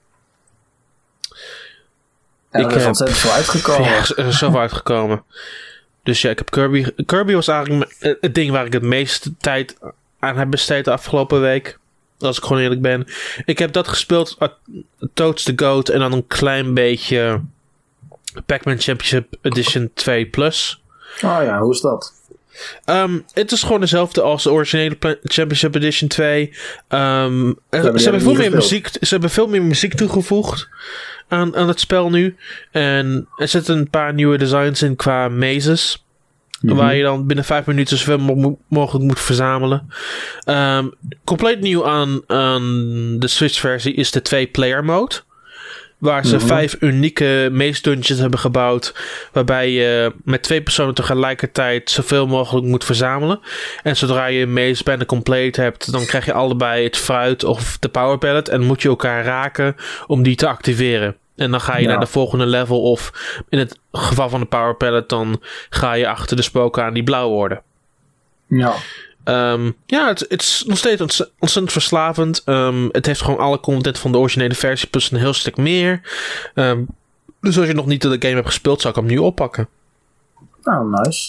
Ja, ik er is heb, ontzettend veel uitgekomen. Ja, er is zoveel uitgekomen. Dus ja, ik heb Kirby... Kirby was eigenlijk het ding waar ik het meeste tijd aan heb besteed de afgelopen week. Als ik gewoon eerlijk ben. Ik heb dat gespeeld, uh, Toads the Goat en dan een klein beetje Pac-Man Championship Edition twee plus. Oh ja, hoe is dat? Um, het is gewoon dezelfde als de originele Championship Edition twee. Um, ze, hebben ze, hebben veel meer muziek, ze hebben veel meer muziek toegevoegd aan, aan het spel nu. En er zitten een paar nieuwe designs in qua mazes. Mm-hmm. Waar je dan binnen vijf minuten zoveel mo- mogelijk moet verzamelen. Um, compleet nieuw aan, aan de Switch-versie is de twee-player mode. Waar ze mm-hmm. vijf unieke maze dungeons hebben gebouwd. Waarbij je met twee personen tegelijkertijd zoveel mogelijk moet verzamelen. En zodra je een maze bijna compleet hebt, dan krijg je allebei het fruit of de power pellet. En moet je elkaar raken om die te activeren. En dan ga je ja. naar de volgende level. Of in het geval van de power pellet, dan ga je achter de spoken aan die blauw worden. Ja. Um, ja, het, het is nog steeds ontz- ontzettend verslavend. Um, het heeft gewoon alle content van de originele versie plus een heel stuk meer. Um, dus als je nog niet de game hebt gespeeld, zou ik hem nu oppakken. Nou, nice.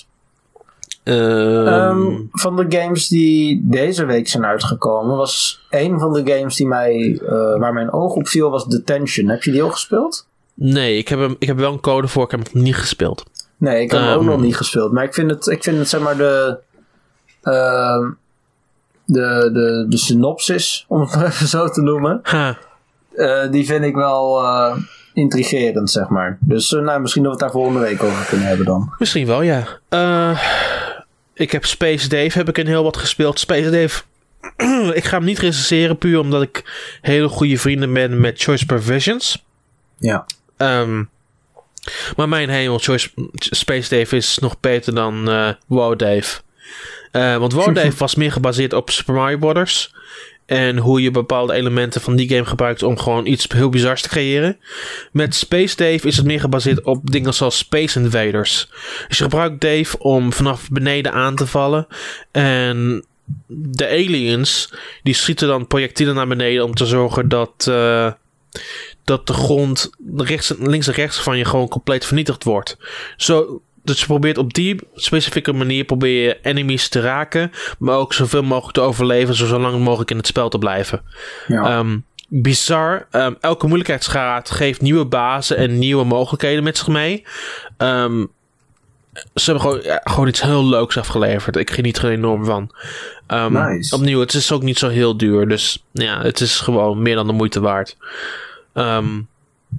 Um, um, van de games die deze week zijn uitgekomen, was een van de games die mij, uh, waar mijn oog op viel, was Detention. Heb je die ook gespeeld? Nee, ik heb, hem, ik heb wel een code voor, ik heb hem nog niet gespeeld. Nee, ik heb um, hem ook nog niet gespeeld. Maar ik vind het, ik vind het zeg maar de... Uh, de, de, de synopsis, om het maar even zo te noemen. Huh. Uh, die vind ik wel uh, intrigerend, zeg maar. Dus uh, nou, misschien dat we het daar volgende week over kunnen hebben dan. Misschien wel, ja. Uh, ik heb Space Dave, heb ik een heel wat gespeeld. Space Dave, ik ga hem niet recenseren, puur omdat ik hele goede vrienden ben met Choice Provisions. Ja. Um, maar mijn hemel, Choice, Space Dave is nog beter dan uh, Wow Dave. Uh, want Wow Dave was meer gebaseerd op Super Mario Brothers. En hoe je bepaalde elementen van die game gebruikt om gewoon iets heel bizars te creëren. Met Space Dave is het meer gebaseerd op dingen zoals Space Invaders. Dus je gebruikt Dave om vanaf beneden aan te vallen. En de aliens, die schieten dan projectielen naar beneden om te zorgen dat, uh, dat de grond rechts, links en rechts van je gewoon compleet vernietigd wordt. Zo... Dus je probeert op die specifieke manier probeer je enemies te raken, maar ook zoveel mogelijk te overleven, zo, zo lang mogelijk in het spel te blijven. Ja. Um, bizar. Um, elke moeilijkheidsgraad geeft nieuwe bazen en nieuwe mogelijkheden met zich mee. Um, ze hebben gewoon, ja, gewoon iets heel leuks afgeleverd. Ik geniet er enorm van. Um, nice. Opnieuw, het is ook niet zo heel duur, dus ja, het is gewoon meer dan de moeite waard. Um,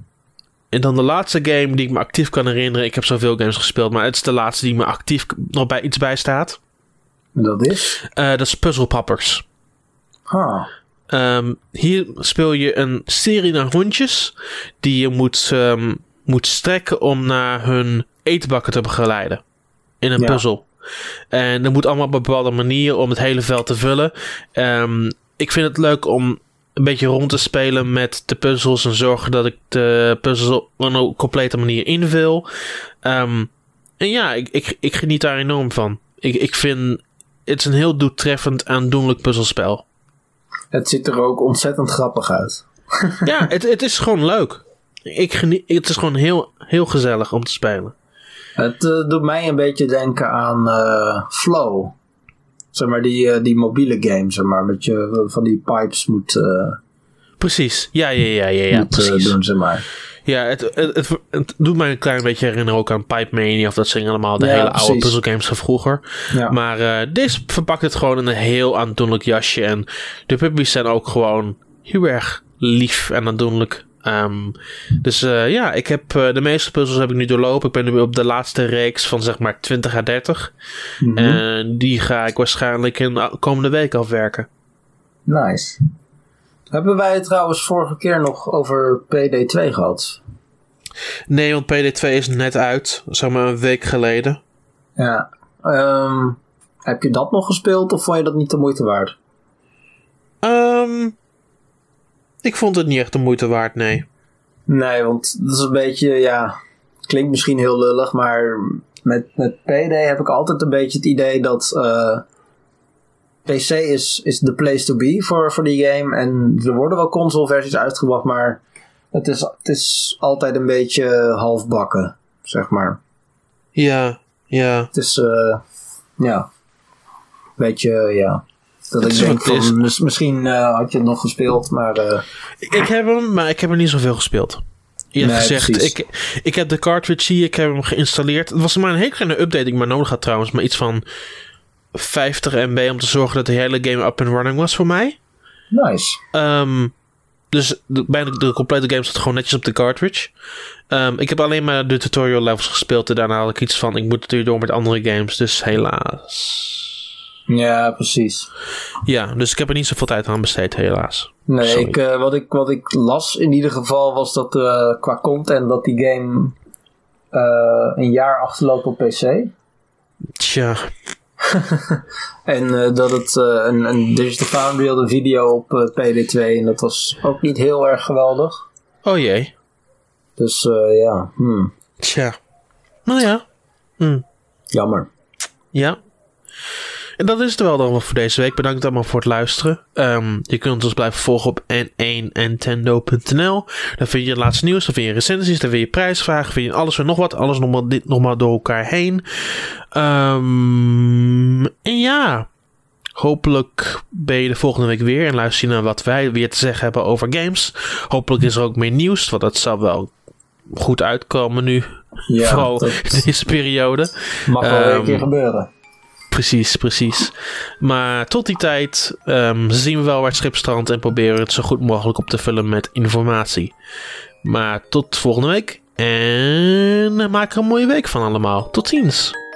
En dan de laatste game die ik me actief kan herinneren. Ik heb zoveel games gespeeld, maar het is de laatste die me actief nog bij iets bij staat. Dat is? Uh, dat is Puzzle Poppers. Huh. Um, hier speel je een serie naar hondjes die je moet, um, moet strekken om naar hun eetbakken te begeleiden. In een ja. puzzel. En dat moet allemaal op een bepaalde manier om het hele veld te vullen. Um, ik vind het leuk om een beetje rond te spelen met de puzzels en zorgen dat ik de puzzels op een complete manier invul. Um, en ja, ik, ik, ik geniet daar enorm van. Ik, ik vind het is een heel doeltreffend aandoenlijk puzzelspel. Het ziet er ook ontzettend grappig uit. Ja, het, het is gewoon leuk. Ik geniet, het is gewoon heel, heel gezellig om te spelen. Het uh, doet mij een beetje denken aan uh, Flow. Zeg maar die, uh, die mobiele game, zeg maar. Dat je van die pipes moet... Uh, precies. Ja, ja, ja, ja, ja moet, precies. Uh, doen, zeg maar. Ja, het, het, het, het doet mij een klein beetje herinneren ook aan Pipe Mania. Of dat zijn allemaal de ja, hele precies. oude puzzelgames van vroeger. Ja. Maar uh, deze verpakt het gewoon in een heel aandoenlijk jasje. En de puppies zijn ook gewoon heel erg lief en aandoenlijk. Um, dus uh, ja, ik heb uh, de meeste puzzels heb ik nu doorlopen. Ik ben nu op de laatste reeks van zeg maar twintig à dertig. Mm-hmm. En die ga ik waarschijnlijk in de komende week afwerken. Nice. Hebben wij het trouwens vorige keer nog over P D twee gehad? Nee, want P D twee is net uit. Zeg maar een week geleden. Ja. Um, Heb je dat nog gespeeld of vond je dat niet de moeite waard? Um, ik vond het niet echt de moeite waard, nee. Nee, want dat is een beetje, ja... Klinkt misschien heel lullig, maar met, met Payday heb ik altijd een beetje het idee dat... Uh, P C is, is the place to be voor, voor die game. En er worden wel consoleversies uitgebracht, maar het is, het is altijd een beetje halfbakken, zeg maar. Ja, ja. Het is, uh, ja, een beetje, ja... Dat het ik denk van, mis, misschien uh, had je het nog gespeeld, maar... Uh, ik, ik heb hem, maar ik heb er niet zoveel gespeeld. Je hebt nee, gezegd, ik, ik heb de cartridge hier, ik heb hem geïnstalleerd. Het was maar een hele kleine update die ik maar nodig had trouwens, maar iets van vijftig megabyte om te zorgen dat de hele game up and running was voor mij. Nice. Um, dus de, bijna de complete game zat gewoon netjes op de cartridge. Um, ik heb alleen maar de tutorial levels gespeeld en daarna had ik iets van, ik moet natuurlijk door met andere games, dus helaas. Ja, precies. Ja, dus ik heb er niet zoveel tijd aan besteed, helaas. Nee, ik, uh, wat, ik, wat ik las in ieder geval was dat uh, qua content dat die game uh, een jaar achterloopt op P C. Tja. en uh, dat het uh, een, een Digital Foundry had een video op uh, P D twee en dat was ook niet heel erg geweldig. Oh jee. Dus uh, ja, hmm. Tja. Nou ja. Hm. Jammer. Ja. En dat is het wel dan voor deze week. Bedankt allemaal voor het luisteren. Um, je kunt ons blijven volgen op n één Nintendo punt n l. Daar vind je het laatste nieuws, daar vind je recensies, daar vind je prijsvragen, vind je alles en nog wat. Alles nog maar, dit nog maar door elkaar heen. Um, en ja, hopelijk ben je de volgende week weer en luister je naar wat wij weer te zeggen hebben over games. Hopelijk is er ook meer nieuws, want dat zal wel goed uitkomen nu. Ja, vooral in deze periode. Mag wel um, een keer gebeuren. Precies, precies. Maar tot die tijd um, zien we wel waar het schip strandt en proberen het zo goed mogelijk op te vullen met informatie. Maar tot volgende week en maak er een mooie week van allemaal. Tot ziens.